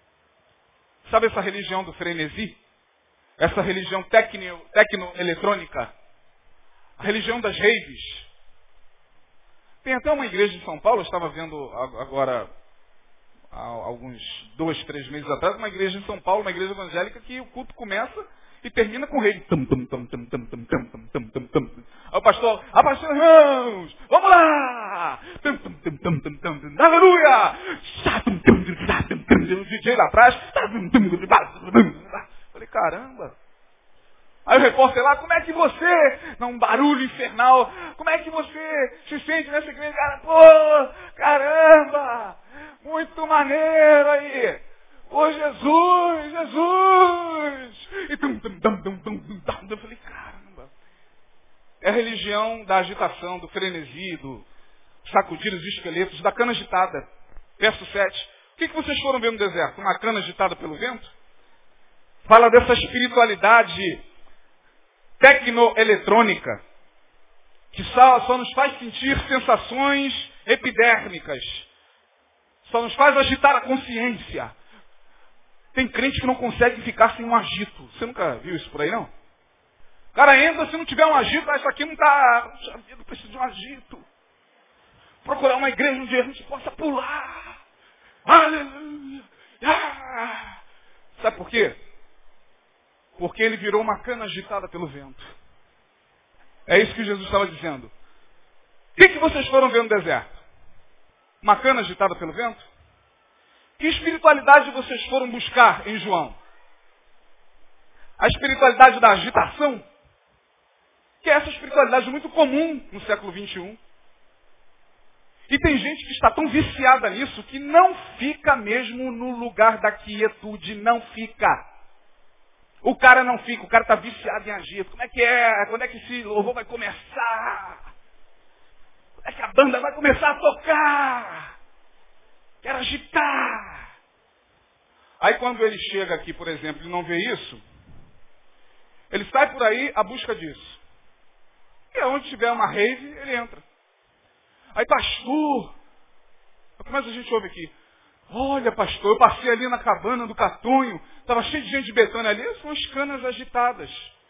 Sabe essa religião do frenesi? Essa religião tecno-eletrônica? A religião das raves. Tem até uma igreja de São Paulo, eu estava vendo agora, há alguns dois, três meses atrás, uma igreja em São Paulo, uma igreja evangélica, que o culto começa e termina com rave. Aí o pastor, a pastor, irmãos, vamos lá! Aleluia! O D J lá atrás. Falei, caramba, Aí o repórter lá, como é que você, não, um barulho infernal, como é que você se sente nessa igreja? Cara, pô, caramba, muito maneiro aí. Ô Jesus, Jesus. E tum, tum, tum, tum, tum, tum, tum. Eu falei, caramba. É a religião da agitação, do frenesi, do sacudir os esqueletos, da cana agitada. Verso sete. O que, que vocês foram ver no deserto? Uma cana agitada pelo vento? Fala dessa espiritualidade tecnoeletrônica, que só, só nos faz sentir sensações epidérmicas, só nos faz agitar a consciência. Tem crente que não consegue ficar sem um agito. Você nunca viu isso por aí, não? O cara entra, se não tiver um agito, ah, isso aqui não está... Puxa vida, preciso de um agito. Procurar uma igreja onde a gente possa pular. Aleluia. Ah. Sabe por quê? Porque ele virou uma cana agitada pelo vento. É isso que Jesus estava dizendo. O que, que vocês foram ver no deserto? Uma cana agitada pelo vento? Que espiritualidade vocês foram buscar em João? A espiritualidade da agitação? Que é essa espiritualidade muito comum no século vinte e um. E tem gente que está tão viciada nisso que não fica mesmo no lugar da quietude, não fica. O cara não fica, o cara está viciado em agito. Como é que é? Quando é que esse louvor vai começar? Quando é que a banda vai começar a tocar? Quero agitar. Aí quando ele chega aqui, por exemplo, e não vê isso, ele sai por aí à busca disso. E onde tiver uma rave, ele entra. Aí, pastor, como é que a gente ouve aqui? Olha, pastor, eu passei ali na cabana do Catonho, estava cheio de gente de Betânia ali, são as canas agitadas.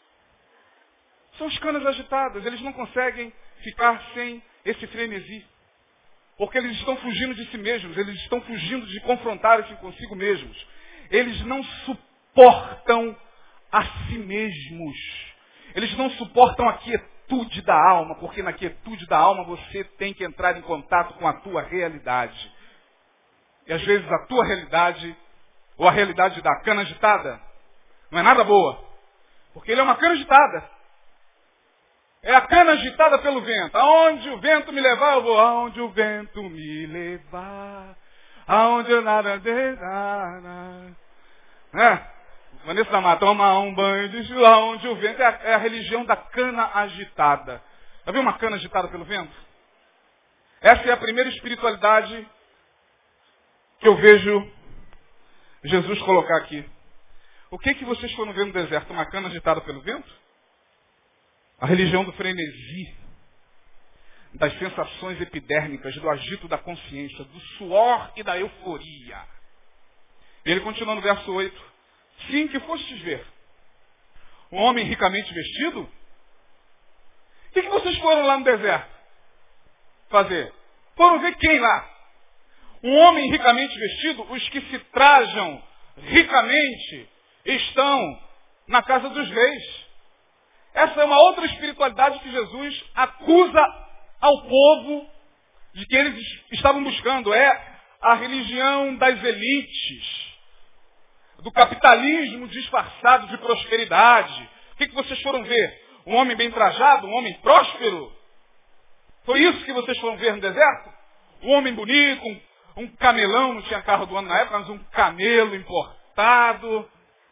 São as canas agitadas, eles não conseguem ficar sem esse frenesi. Porque eles estão fugindo de si mesmos, eles estão fugindo de confrontar-se consigo mesmos. Eles não suportam a si mesmos. Eles não suportam a quietude da alma, porque na quietude da alma você tem que entrar em contato com a tua realidade. E às vezes a tua realidade, ou a realidade da cana agitada, não é nada boa. Porque ele é uma cana agitada. É a cana agitada pelo vento. Aonde o vento me levar, eu vou. Aonde o vento me levar. Aonde eu nada de nada. Né? Vanessa da Mata, toma um banho de chuva. Aonde o vento é a, é a religião da cana agitada. Já viu uma cana agitada pelo vento? Essa é a primeira espiritualidade que eu vejo Jesus colocar aqui. O que que vocês foram ver no deserto? Uma cana agitada pelo vento? A religião do frenesi, das sensações epidérmicas, do agito da consciência, do suor e da euforia. Ele continua no verso oito. Sim, que fostes ver. Um homem ricamente vestido? O que, que vocês foram lá no deserto fazer? Foram ver quem lá? Um homem ricamente vestido? Os que se trajam ricamente estão na casa dos reis. Essa é uma outra espiritualidade que Jesus acusa ao povo de que eles estavam buscando. É a religião das elites, do capitalismo disfarçado de prosperidade. O que, que vocês foram ver? Um homem bem trajado? Um homem próspero? Foi isso que vocês foram ver no deserto? Um homem bonito, um, um camelão, não tinha carro do ano na época, mas um camelo importado.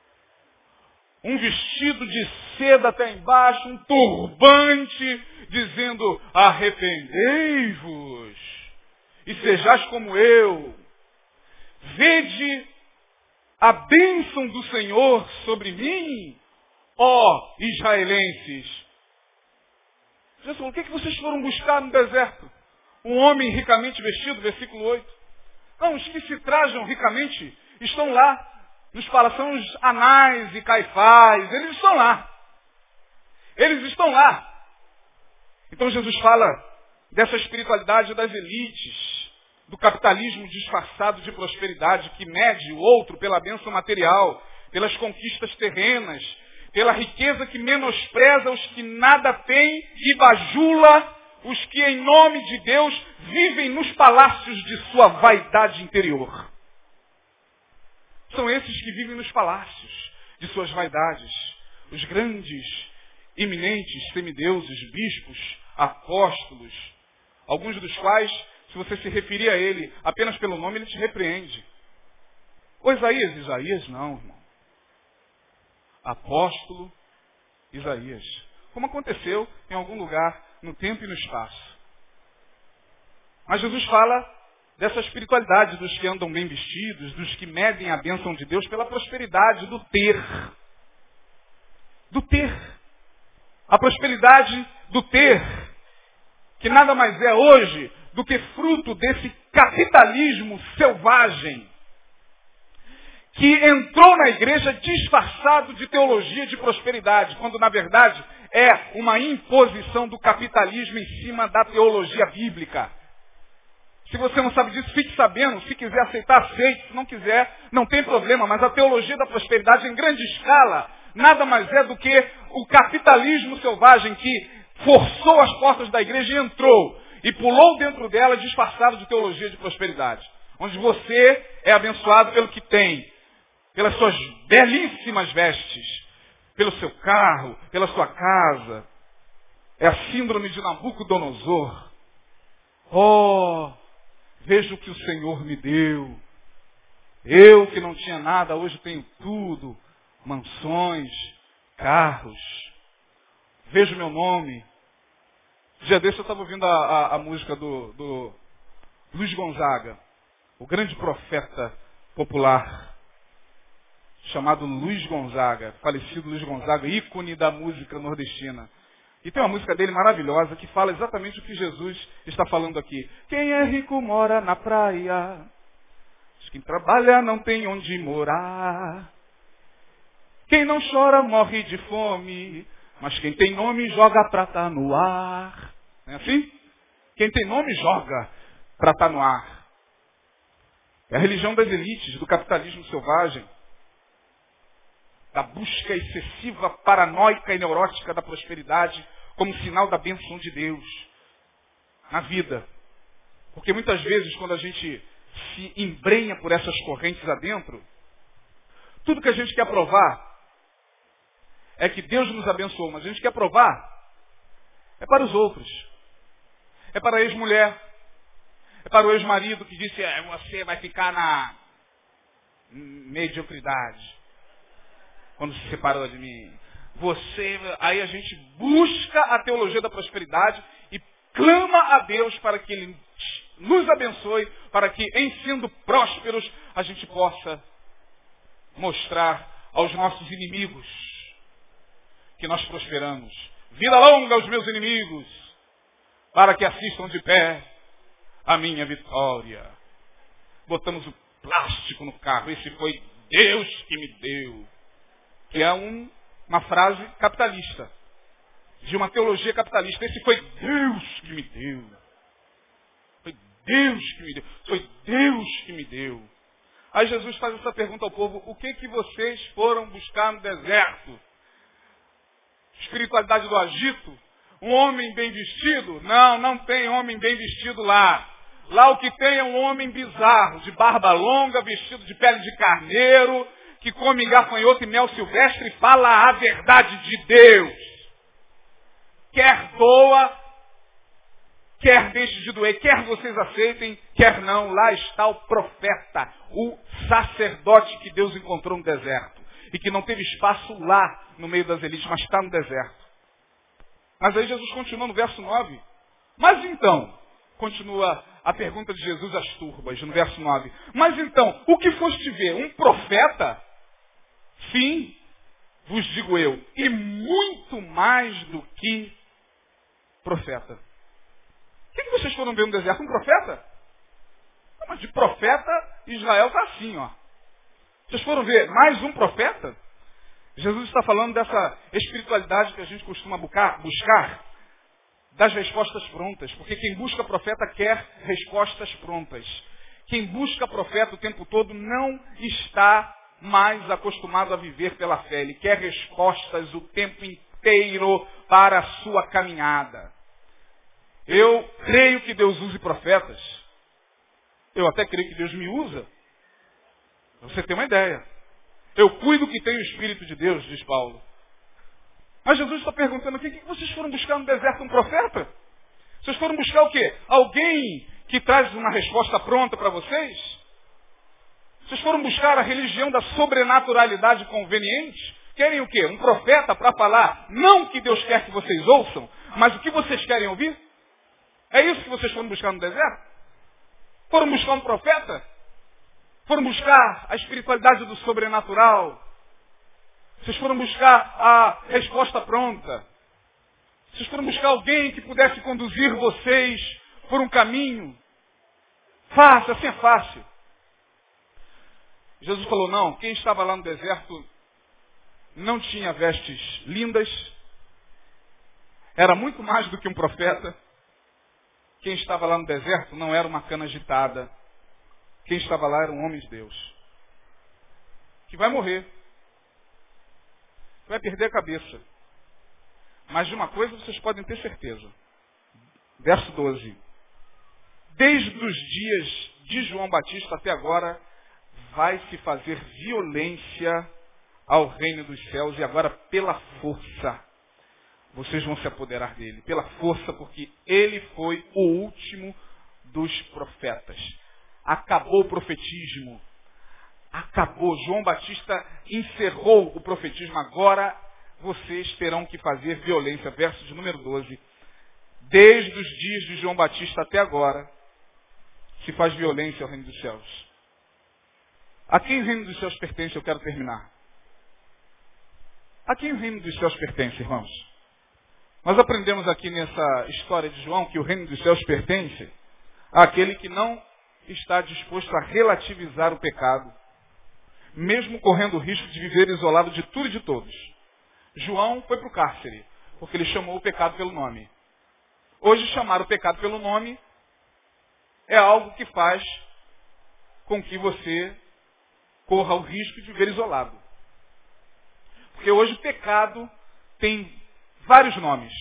Um vestido de seda até embaixo, um turbante, dizendo, arrependei-vos e sejais como eu. Vede a bênção do Senhor sobre mim, ó israelenses. Jesus falou, o que, é que vocês foram buscar no deserto? Um homem ricamente vestido, versículo oito. Não, os que se trajam ricamente estão lá. Nos palácios Anás e Caifás, eles estão lá. Eles estão lá. Então Jesus fala dessa espiritualidade das elites, do capitalismo disfarçado de prosperidade, que mede o outro pela bênção material, pelas conquistas terrenas, pela riqueza que menospreza os que nada têm e bajula os que em nome de Deus vivem nos palácios de sua vaidade interior. São esses que vivem nos palácios de suas vaidades. os grandes, eminentes semideuses, bispos, apóstolos, alguns dos quais, se você se referir a ele apenas pelo nome, ele te repreende. Ô Isaías, Isaías não, irmão. Apóstolo Isaías. Como aconteceu em algum lugar, no tempo e no espaço. Mas Jesus fala dessa espiritualidade dos que andam bem vestidos, dos que medem a bênção de Deus pela prosperidade do ter. Do ter. A prosperidade do ter, que nada mais é hoje do que fruto desse capitalismo selvagem que entrou na igreja disfarçado de teologia de prosperidade, quando na verdade é uma imposição do capitalismo em cima da teologia bíblica. Se você não sabe disso, fique sabendo. Se quiser aceitar, aceite. Se não quiser, não tem problema. Mas a teologia da prosperidade em grande escala nada mais é do que o capitalismo selvagem que forçou as portas da igreja e entrou. E pulou dentro dela disfarçado de teologia de prosperidade. Onde você é abençoado pelo que tem. Pelas suas belíssimas vestes. Pelo seu carro. Pela sua casa. É a síndrome de Nabucodonosor. Oh, veja o que o Senhor me deu. Eu que não tinha nada, hoje tenho tudo. Mansões, carros. Veja o meu nome. Dia desse eu estava ouvindo a, a, a música do, do Luiz Gonzaga, o grande profeta popular, chamado Luiz Gonzaga, falecido Luiz Gonzaga, ícone da música nordestina. E tem uma música dele maravilhosa que fala exatamente o que Jesus está falando aqui. Quem é rico mora na praia, quem trabalha não tem onde morar. Quem não chora morre de fome, mas quem tem nome joga prata no ar. Não é assim? Quem tem nome joga prata no ar. É a religião das elites, do capitalismo selvagem, da busca excessiva, paranoica e neurótica da prosperidade como sinal da bênção de Deus na vida. Porque muitas vezes, quando a gente se embrenha por essas correntes adentro, tudo que a gente quer provar é que Deus nos abençoou, mas a gente quer provar é para os outros. É para a ex-mulher. É para o ex-marido que disse, é, você vai ficar na mediocridade quando se separou de mim. Você, aí a gente busca a teologia da prosperidade e clama a Deus para que Ele nos abençoe, para que, em sendo prósperos, a gente possa mostrar aos nossos inimigos que nós prosperamos. Vida longa aos meus inimigos, para que assistam de pé a minha vitória. Botamos o plástico no carro. Esse foi Deus que me deu. Que é um, uma frase capitalista. De uma teologia capitalista. Esse foi Deus que me deu. Foi Deus que me deu. Foi Deus que me deu. Aí Jesus faz essa pergunta ao povo. O que que vocês foram buscar no deserto? Espiritualidade do agito? Um homem bem vestido? Não, não tem homem bem vestido lá. Lá o que tem é um homem bizarro, de barba longa, vestido de pele de carneiro, que come gafanhoto e mel silvestre e fala a verdade de Deus. Quer doa, quer deixe de doer, quer vocês aceitem, quer não. Lá está o profeta, o sacerdote que Deus encontrou no deserto. E que não teve espaço lá no meio das elites, mas está no deserto. Mas aí Jesus continua no verso nove. Mas então, continua a pergunta de Jesus às turbas, no verso nove. Mas então, o que foste ver? Um profeta? Sim, vos digo eu, e muito mais do que profeta. O que, que vocês foram ver no deserto? Um profeta? Não, mas de profeta, Israel está assim, ó. Vocês foram ver mais um profeta? Jesus está falando dessa espiritualidade que a gente costuma buscar, buscar das respostas prontas. Porque quem busca profeta quer respostas prontas. Quem busca profeta o tempo todo não está mais acostumado a viver pela fé. Ele quer respostas o tempo inteiro para a sua caminhada. Eu creio que Deus use profetas. Eu até creio que Deus me usa. Você tem uma ideia. Eu cuido que tem o Espírito de Deus, diz Paulo. Mas Jesus está perguntando aqui, o que vocês foram buscar no deserto? Um profeta? Vocês foram buscar o quê? Alguém que traz uma resposta pronta para vocês? Vocês foram buscar a religião da sobrenaturalidade conveniente? Querem o quê? Um profeta para falar não o que Deus quer que vocês ouçam, mas o que vocês querem ouvir? É isso que vocês foram buscar no deserto? Foram buscar um profeta? Foram buscar a espiritualidade do sobrenatural? Vocês foram buscar a resposta pronta? Vocês foram buscar alguém que pudesse conduzir vocês por um caminho fácil, assim é fácil. Jesus falou, não, quem estava lá no deserto não tinha vestes lindas, era muito mais do que um profeta. Quem estava lá no deserto não era uma cana agitada. Quem estava lá era um homem de Deus, que vai morrer, vai perder a cabeça. Mas de uma coisa vocês podem ter certeza. Verso doze. Desde os dias de João Batista até agora, vai se fazer violência ao reino dos céus e agora pela força vocês vão se apoderar dele. Pela força, porque ele foi o último dos profetas. Acabou o profetismo. Acabou. João Batista encerrou o profetismo. Agora vocês terão que fazer violência. Verso de número doze. Desde os dias de João Batista até agora, se faz violência ao reino dos céus. A quem o reino dos céus pertence? Eu quero terminar. A quem o reino dos céus pertence, irmãos? Nós aprendemos aqui nessa história de João que o reino dos céus pertence àquele que não está disposto a relativizar o pecado, mesmo correndo o risco de viver isolado de tudo e de todos. João foi para o cárcere, porque ele chamou o pecado pelo nome. Hoje, chamar o pecado pelo nome é algo que faz com que você corra o risco de viver isolado. Porque hoje o pecado tem vários nomes.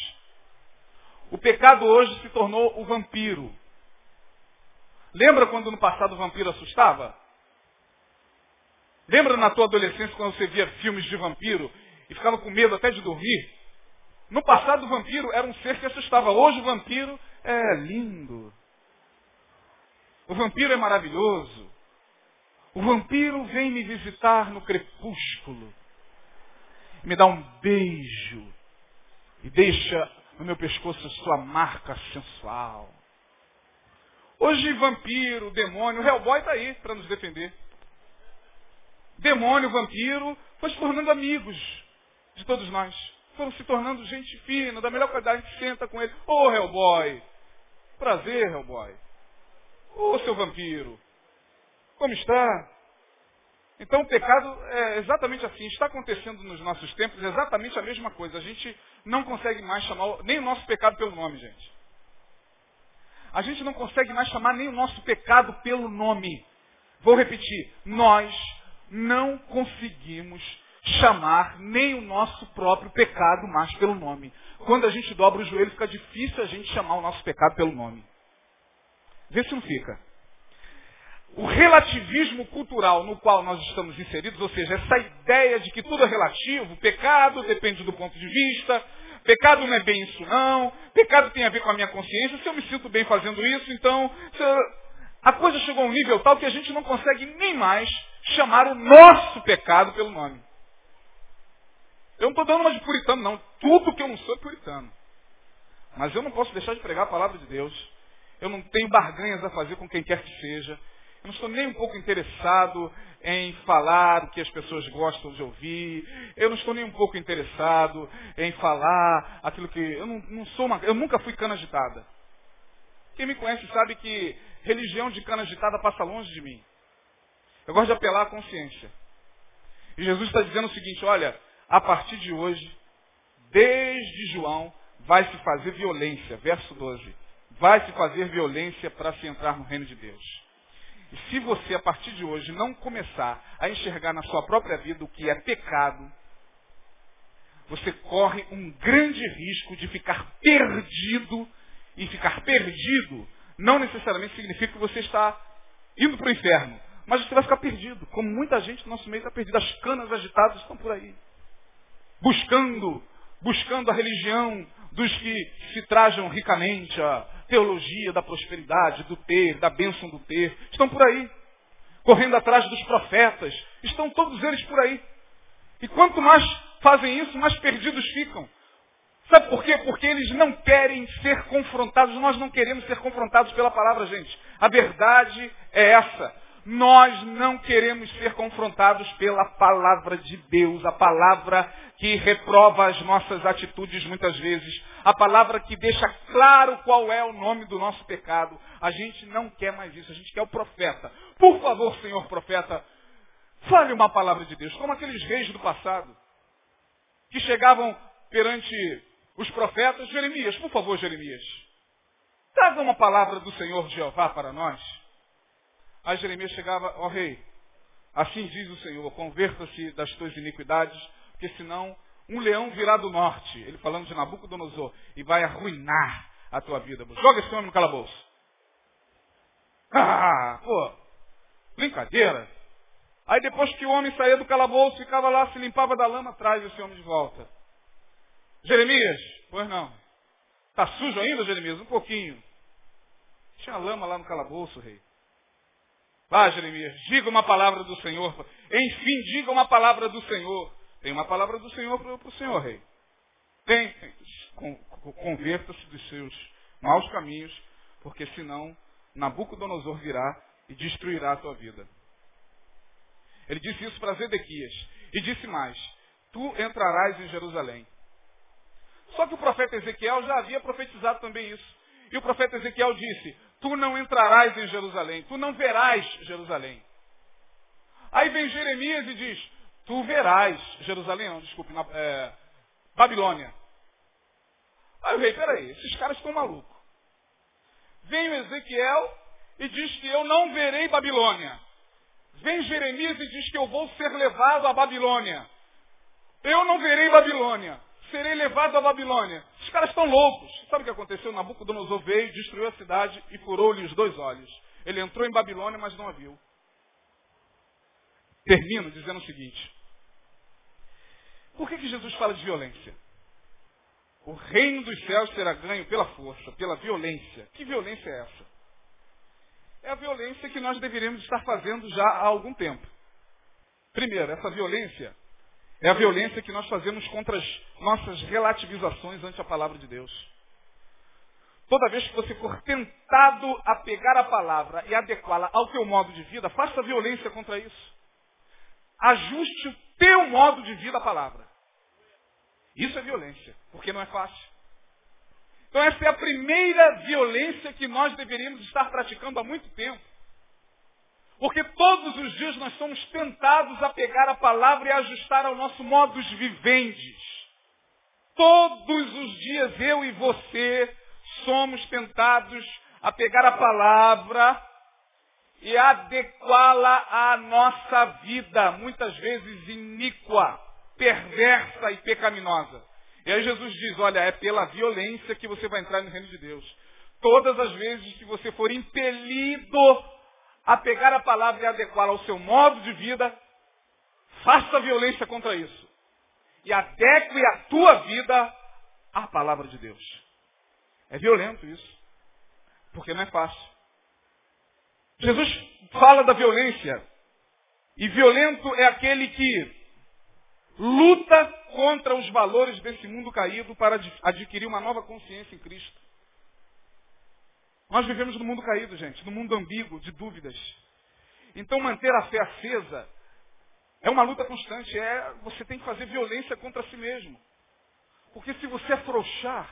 O pecado hoje se tornou o vampiro. Lembra quando no passado o vampiro assustava? Lembra na tua adolescência quando você via filmes de vampiro e ficava com medo até de dormir? No passado o vampiro era um ser que assustava. Hoje o vampiro é lindo. O vampiro é maravilhoso. O vampiro vem me visitar no crepúsculo. Me dá um beijo. E deixa no meu pescoço a sua marca sensual. Hoje vampiro, demônio, o Hellboy está aí para nos defender. Demônio, vampiro, foi se tornando amigos de todos nós. Foram se tornando gente fina, da melhor qualidade, a gente senta com ele. Ô oh, Hellboy, prazer Hellboy. Ô oh, seu vampiro, como está? Então o pecado é exatamente assim, está acontecendo nos nossos tempos exatamente a mesma coisa. A gente não consegue mais chamar nem o nosso pecado pelo nome, gente. A gente não consegue mais chamar nem o nosso pecado pelo nome. Vou repetir, nós não conseguimos chamar nem o nosso próprio pecado mais pelo nome. Quando a gente dobra o joelho, fica difícil a gente chamar o nosso pecado pelo nome. Vê se não fica. O relativismo cultural no qual nós estamos inseridos, ou seja, essa ideia de que tudo é relativo, pecado depende do ponto de vista, pecado não é bem isso não, pecado tem a ver com a minha consciência, se eu me sinto bem fazendo isso, então eu... a coisa chegou a um nível tal que a gente não consegue nem mais chamar o nosso pecado pelo nome. Eu não estou dando uma de puritano, não. Tudo que eu não sou é puritano. Mas eu não posso deixar de pregar a palavra de Deus. Eu não tenho barganhas a fazer com quem quer que seja. Eu não estou nem um pouco interessado em falar o que as pessoas gostam de ouvir. Eu não estou nem um pouco interessado em falar aquilo que... Eu não, não sou uma... Eu nunca fui cana agitada. Quem me conhece sabe que religião de cana agitada passa longe de mim. Eu gosto de apelar à consciência. E Jesus está dizendo o seguinte, olha, a partir de hoje, desde João, vai se fazer violência. Verso doze. Vai se fazer violência para se entrar no reino de Deus. E se você, a partir de hoje, não começar a enxergar na sua própria vida o que é pecado, você corre um grande risco de ficar perdido. E ficar perdido não necessariamente significa que você está indo para o inferno. Mas você vai ficar perdido. Como muita gente no nosso meio está perdida. As canas agitadas estão por aí. Buscando buscando a religião dos que se trajam ricamente, a teologia da prosperidade, do ter, da bênção do ter. Estão por aí, correndo atrás dos profetas. Estão todos eles por aí. E quanto mais fazem isso, mais perdidos ficam. Sabe por quê? Porque eles não querem ser confrontados. Nós não queremos ser confrontados pela palavra, gente. A verdade é essa. Nós não queremos ser confrontados pela palavra de Deus. A palavra que reprova as nossas atitudes muitas vezes. A palavra que deixa claro qual é o nome do nosso pecado. A gente não quer mais isso. A gente quer o profeta. Por favor, Senhor profeta, fale uma palavra de Deus. Como aqueles reis do passado que chegavam perante os profetas. Jeremias, por favor, Jeremias, traga uma palavra do Senhor Jeová para nós. Aí Jeremias chegava, ó rei, assim diz o Senhor, converta-se das tuas iniquidades, porque senão um leão virá do norte, ele falando de Nabucodonosor, e vai arruinar a tua vida. Joga esse homem no calabouço. Ah, pô, brincadeira. Aí depois que o homem saía do calabouço, ficava lá, se limpava da lama, traz esse homem de volta. Jeremias, pois não. Está sujo ainda, Jeremias? Um pouquinho. Tinha lama lá no calabouço, rei. Vá, Jeremias, diga uma palavra do Senhor. Enfim, diga uma palavra do Senhor. Tem uma palavra do Senhor para o Senhor, rei. Tem. tem. Converta-se dos seus maus caminhos, porque senão Nabucodonosor virá e destruirá a tua vida. Ele disse isso para Zedequias. E disse mais, tu entrarás em Jerusalém. Só que o profeta Ezequiel já havia profetizado também isso. E o profeta Ezequiel disse, tu não entrarás em Jerusalém, tu não verás Jerusalém. Aí vem Jeremias e diz, tu verás Jerusalém, não, desculpe, na, é, Babilônia. Aí o rei, peraí, esses caras estão malucos. Vem o Ezequiel e diz que eu não verei Babilônia. Vem Jeremias e diz que eu vou ser levado à Babilônia. Eu não verei Babilônia. Serei levado à Babilônia. Os caras estão loucos. Sabe o que aconteceu? Nabucodonosor veio, destruiu a cidade e furou-lhe os dois olhos. Ele entrou em Babilônia, mas não a viu. Termino dizendo o seguinte. Por que que Jesus fala de violência? O reino dos céus será ganho pela força, pela violência. Que violência é essa? É a violência que nós deveríamos estar fazendo já há algum tempo. Primeiro, essa violência é a violência que nós fazemos contra as nossas relativizações ante a palavra de Deus. Toda vez que você for tentado a pegar a palavra e adequá-la ao teu modo de vida, faça violência contra isso. Ajuste o teu modo de vida à palavra. Isso é violência, porque não é fácil. Então essa é a primeira violência que nós deveríamos estar praticando há muito tempo. Porque todos os dias nós somos tentados a pegar a palavra e ajustar ao nosso modus vivendi. Todos os dias eu e você somos tentados a pegar a palavra e adequá-la à nossa vida, muitas vezes iníqua, perversa e pecaminosa. E aí Jesus diz, olha, é pela violência que você vai entrar no reino de Deus. Todas as vezes que você for impelido a pegar a palavra e adequá-la ao seu modo de vida, faça violência contra isso. E adeque a tua vida à palavra de Deus. É violento isso, porque não é fácil. Jesus fala da violência, e violento é aquele que luta contra os valores desse mundo caído para adquirir uma nova consciência em Cristo. Nós vivemos num mundo caído, gente, num mundo ambíguo, de dúvidas. Então manter a fé acesa é uma luta constante. É, você tem que fazer violência contra si mesmo. Porque se você afrouxar,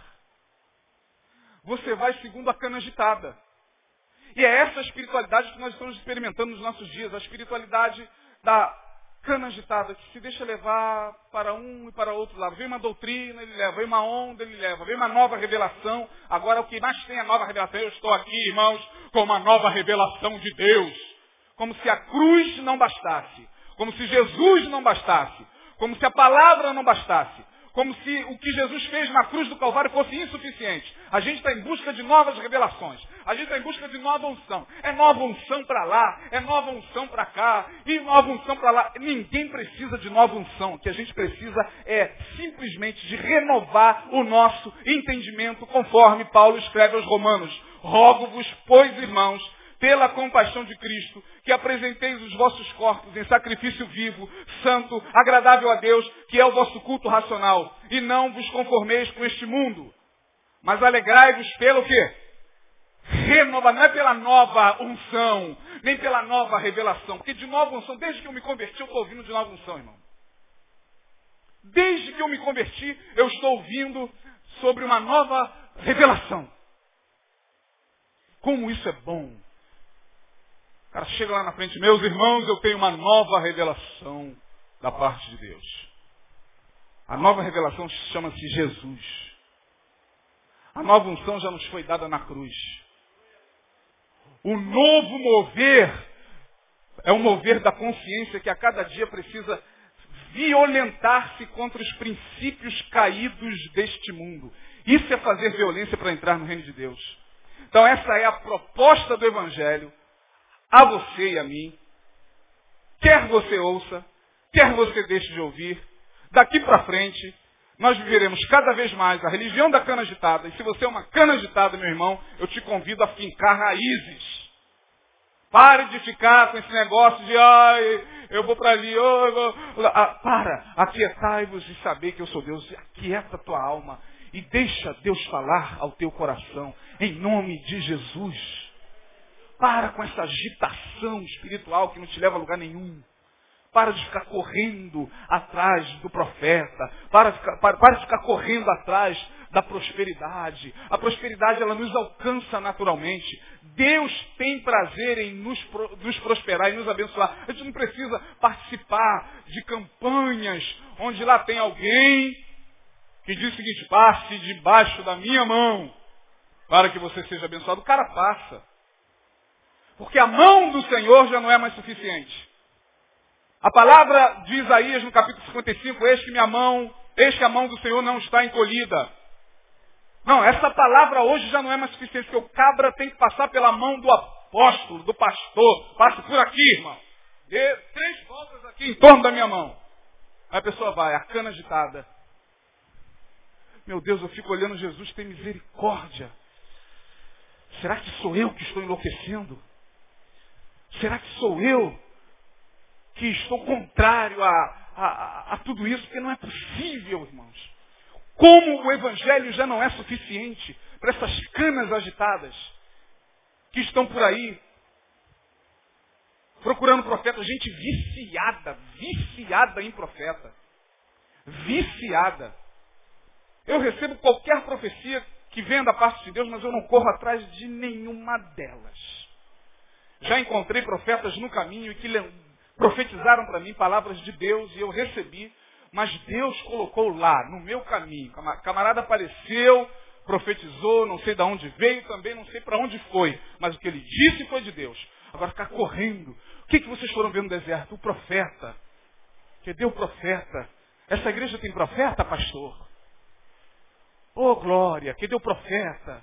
você vai segundo a cana agitada. E é essa a espiritualidade que nós estamos experimentando nos nossos dias. A espiritualidade da cana agitada, que se deixa levar para um e para outro lado. Vem uma doutrina, ele leva. Vem uma onda, ele leva. Vem uma nova revelação. Agora, o que mais tem é a nova revelação. Eu estou aqui, irmãos, com uma nova revelação de Deus. Como se a cruz não bastasse. Como se Jesus não bastasse. Como se a palavra não bastasse. Como se o que Jesus fez na cruz do Calvário fosse insuficiente. A gente está em busca de novas revelações. A gente está em busca de nova unção. É nova unção para lá, é nova unção para cá, e nova unção para lá. Ninguém precisa de nova unção. O que a gente precisa é simplesmente de renovar o nosso entendimento, conforme Paulo escreve aos Romanos. Rogo-vos, pois, irmãos, pela compaixão de Cristo, que apresenteis os vossos corpos em sacrifício vivo, santo, agradável a Deus, que é o vosso culto racional. E não vos conformeis com este mundo, mas alegrai-vos pelo quê? Renova, não é pela nova unção, nem pela nova revelação. Porque de nova unção, desde que eu me converti, eu estou ouvindo de nova unção, irmão. Desde que eu me converti, eu estou ouvindo sobre uma nova revelação. Como isso é bom. O cara chega lá na frente, meus irmãos, eu tenho uma nova revelação da parte de Deus. A nova revelação chama-se Jesus. A nova unção já nos foi dada na cruz. O novo mover é o mover da consciência que a cada dia precisa violentar-se contra os princípios caídos deste mundo. Isso é fazer violência para entrar no reino de Deus. Então essa é a proposta do Evangelho a você e a mim. Quer você ouça, quer você deixe de ouvir, daqui para frente nós viveremos cada vez mais a religião da cana agitada. E se você é uma cana agitada, meu irmão, eu te convido a fincar raízes. Pare de ficar com esse negócio de, ai, eu vou para ali, oh, eu vou... Ah, para, aquietai-vos e saber que eu sou Deus. Aquieta a tua alma e deixa Deus falar ao teu coração, em nome de Jesus. Para com essa agitação espiritual que não te leva a lugar nenhum. Para de ficar correndo atrás do profeta. Para de ficar, para, para de ficar correndo atrás da prosperidade. A prosperidade, ela nos alcança naturalmente. Deus tem prazer em nos, nos prosperar e nos abençoar. A gente não precisa participar de campanhas onde lá tem alguém que diz o seguinte: passe debaixo da minha mão para que você seja abençoado. O cara passa. Porque a mão do Senhor já não é mais suficiente. A palavra de Isaías no capítulo cinquenta e cinco, eis que minha mão, eis que a mão do Senhor não está encolhida. Não, essa palavra hoje já não é mais suficiente, porque o cabra tem que passar pela mão do apóstolo, do pastor. Passe por aqui, irmão. Dê três voltas aqui em torno da minha mão. Aí a pessoa vai, a cana agitada. Meu Deus, eu fico olhando Jesus, tem misericórdia. Será que sou eu que estou enlouquecendo? Será que sou eu que estou contrário a, a, a, a tudo isso? Porque não é possível, irmãos. Como o Evangelho já não é suficiente para essas canas agitadas que estão por aí, procurando profeta, gente viciada, viciada em profeta. Viciada. Eu recebo qualquer profecia que venha da parte de Deus, mas eu não corro atrás de nenhuma delas. Já encontrei profetas no caminho que profetizaram para mim palavras de Deus e eu recebi, mas Deus colocou lá, no meu caminho. Camarada apareceu, profetizou, não sei de onde veio, também não sei para onde foi, mas o que ele disse foi de Deus. Agora ficar correndo. O que, que vocês foram ver no deserto? O profeta. Cadê o profeta? Essa igreja tem profeta, pastor? Oh, glória, cadê o profeta?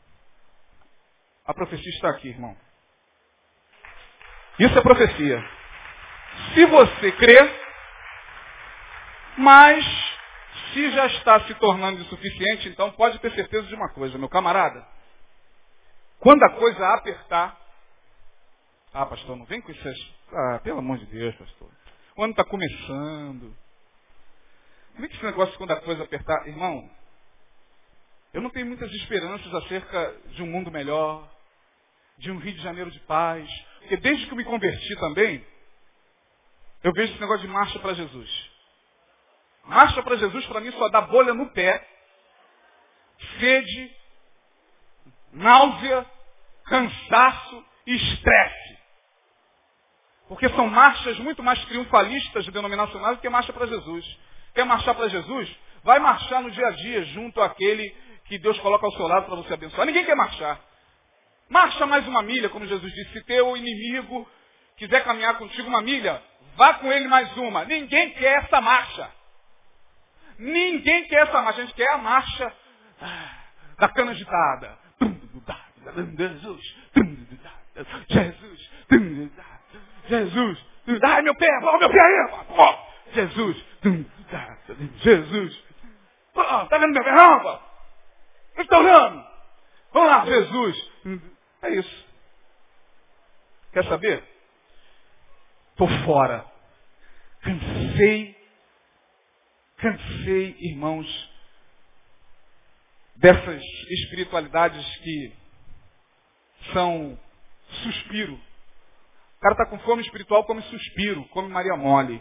A profecia está aqui, irmão. Isso é profecia. Se você crê, mas se já está se tornando insuficiente, então pode ter certeza de uma coisa, meu camarada. Quando a coisa apertar, ah, pastor, não vem com isso. Ah, pelo amor de Deus, pastor. O ano está começando. Não vem com esse negócio quando a coisa apertar. Irmão, eu não tenho muitas esperanças acerca de um mundo melhor, de um Rio de Janeiro de paz. Porque desde que eu me converti também, eu vejo esse negócio de marcha para Jesus. Marcha para Jesus para mim só dá bolha no pé, sede, náusea, cansaço e estresse. Porque são marchas muito mais triunfalistas de denominacionais do que marcha para Jesus. Quer marchar para Jesus? Vai marchar no dia a dia junto àquele que Deus coloca ao seu lado para você abençoar. Ninguém quer marchar. Marcha mais uma milha, como Jesus disse. Se teu inimigo quiser caminhar contigo uma milha, vá com ele mais uma. Ninguém quer essa marcha. Ninguém quer essa marcha. A gente quer a marcha da cana agitada. Jesus. Jesus. Jesus. Ai, meu pé. Ó, meu pé aí. Ó, Jesus. Jesus. Ó, tá vendo meu pé? Não, pô. Eu estou orando. Vamos lá, Jesus. É isso. Quer saber? Tô fora. Cansei. Cansei, irmãos, dessas espiritualidades que são suspiro. O cara está com fome espiritual, come suspiro, come Maria Mole.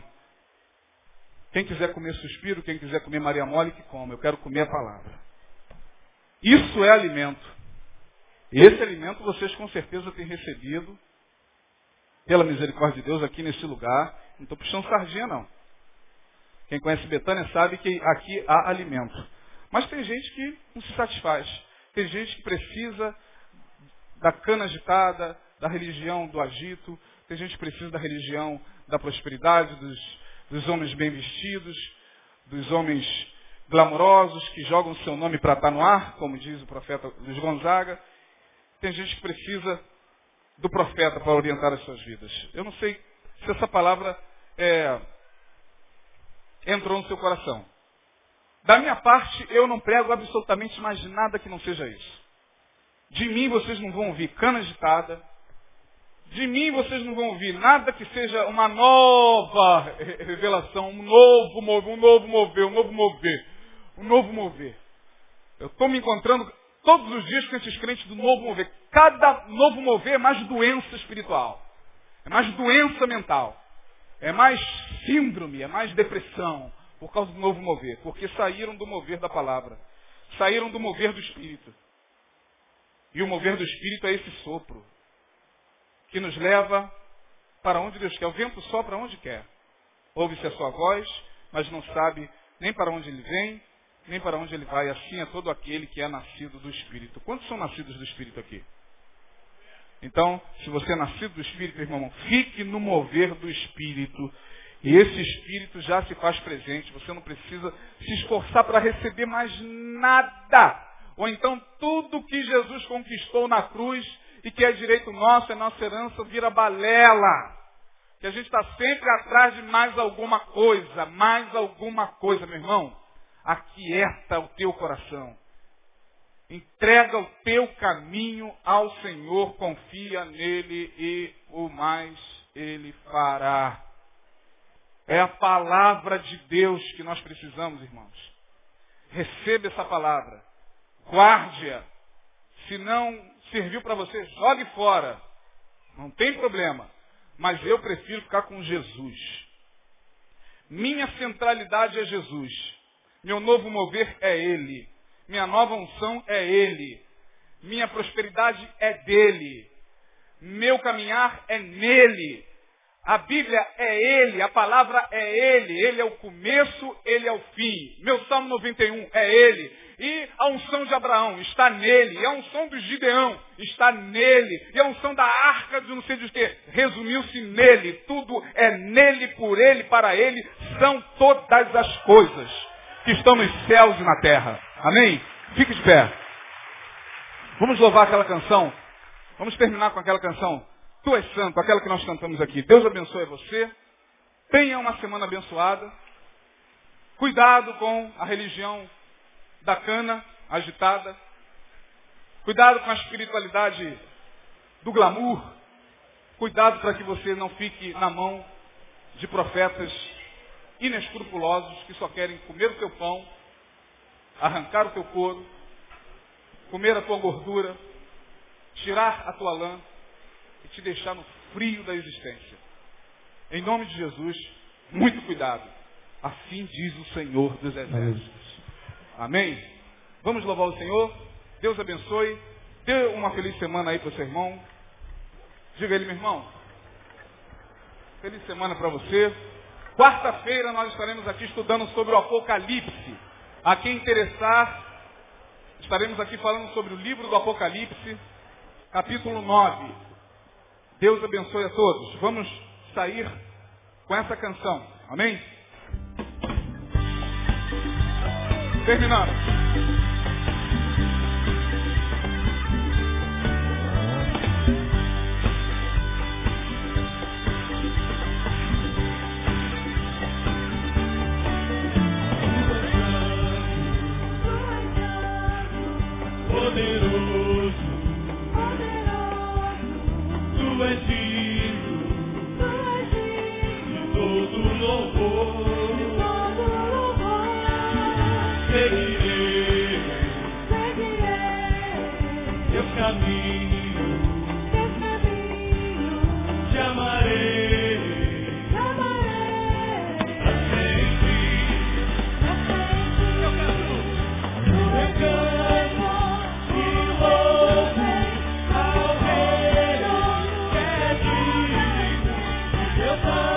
Quem quiser comer suspiro, quem quiser comer Maria Mole, que coma. Eu quero comer a palavra. Isso é alimento. E esse alimento vocês com certeza têm recebido, pela misericórdia de Deus, aqui nesse lugar. Não estou puxando sardinha, não. Quem conhece Betânia sabe que aqui há alimento. Mas tem gente que não se satisfaz. Tem gente que precisa da cana agitada, da religião do agito. Tem gente que precisa da religião da prosperidade, dos, dos homens bem vestidos, dos homens glamourosos que jogam seu nome para estar no ar, como diz o profeta Luiz Gonzaga. Tem gente que precisa do profeta para orientar as suas vidas. Eu não sei se essa palavra é, entrou no seu coração. Da minha parte, eu não prego absolutamente mais nada que não seja isso. De mim vocês não vão ouvir cana agitada. De mim vocês não vão ouvir nada que seja uma nova revelação, um novo mover, um novo mover, um novo mover, um novo mover. Eu estou me encontrando todos os dias com esses crentes do novo mover. Cada novo mover é mais doença espiritual. É mais doença mental. É mais síndrome, é mais depressão. Por causa do novo mover. Porque saíram do mover da palavra. Saíram do mover do Espírito. E o mover do Espírito é esse sopro. Que nos leva para onde Deus quer. O vento sopra onde quer. Ouve-se a sua voz, mas não sabe nem para onde ele vem, nem para onde ele vai. Assim é todo aquele que é nascido do Espírito. Quantos são nascidos do Espírito aqui? Então, se você é nascido do Espírito, irmão, fique no mover do Espírito. E esse Espírito já se faz presente. Você não precisa se esforçar para receber mais nada. Ou então tudo que Jesus conquistou na cruz e que é direito nosso, é nossa herança, vira balela. Que a gente está sempre atrás de mais alguma coisa. Mais alguma coisa, meu irmão. Aquieta o teu coração. Entrega o teu caminho ao Senhor, confia nele e o mais ele fará. É a palavra de Deus que nós precisamos, irmãos. Receba essa palavra. Guarde-a. Se não serviu para você, jogue fora. Não tem problema. Mas eu prefiro ficar com Jesus. Minha centralidade é Jesus. Meu novo mover é Ele. Minha nova unção é Ele. Minha prosperidade é dEle. Meu caminhar é nele. A Bíblia é Ele, a palavra é Ele. Ele é o começo, Ele é o fim. Meu Salmo noventa e um é Ele. E a unção de Abraão está nele. E a unção do Gideão está nele. E a unção da arca de não sei de quê resumiu-se nele. Tudo é nele, por Ele, para Ele. São todas as coisas que estão nos céus e na terra. Amém? Fique de pé. Vamos louvar aquela canção. Vamos terminar com aquela canção. Tu és santo, aquela que nós cantamos aqui. Deus abençoe você. Tenha uma semana abençoada. Cuidado com a religião da cana agitada. Cuidado com a espiritualidade do glamour. Cuidado para que você não fique na mão de profetas inescrupulosos que só querem comer o teu pão, arrancar o teu couro, comer a tua gordura, tirar a tua lã e te deixar no frio da existência. Em nome de Jesus, muito cuidado. Assim diz o Senhor dos Exércitos. Amém? Vamos louvar o Senhor. Deus abençoe. Dê uma feliz semana aí para o seu irmão. Diga a ele, meu irmão. Feliz semana para você. Quarta-feira nós estaremos aqui estudando sobre o Apocalipse. A quem interessar, estaremos aqui falando sobre o livro do Apocalipse, capítulo nove. Deus abençoe a todos. Vamos sair com essa canção. Amém? Terminamos. te amarei, te amarei, pra sempre. Eu canto. Eu canto e louvo ao Rei que é digno. Eu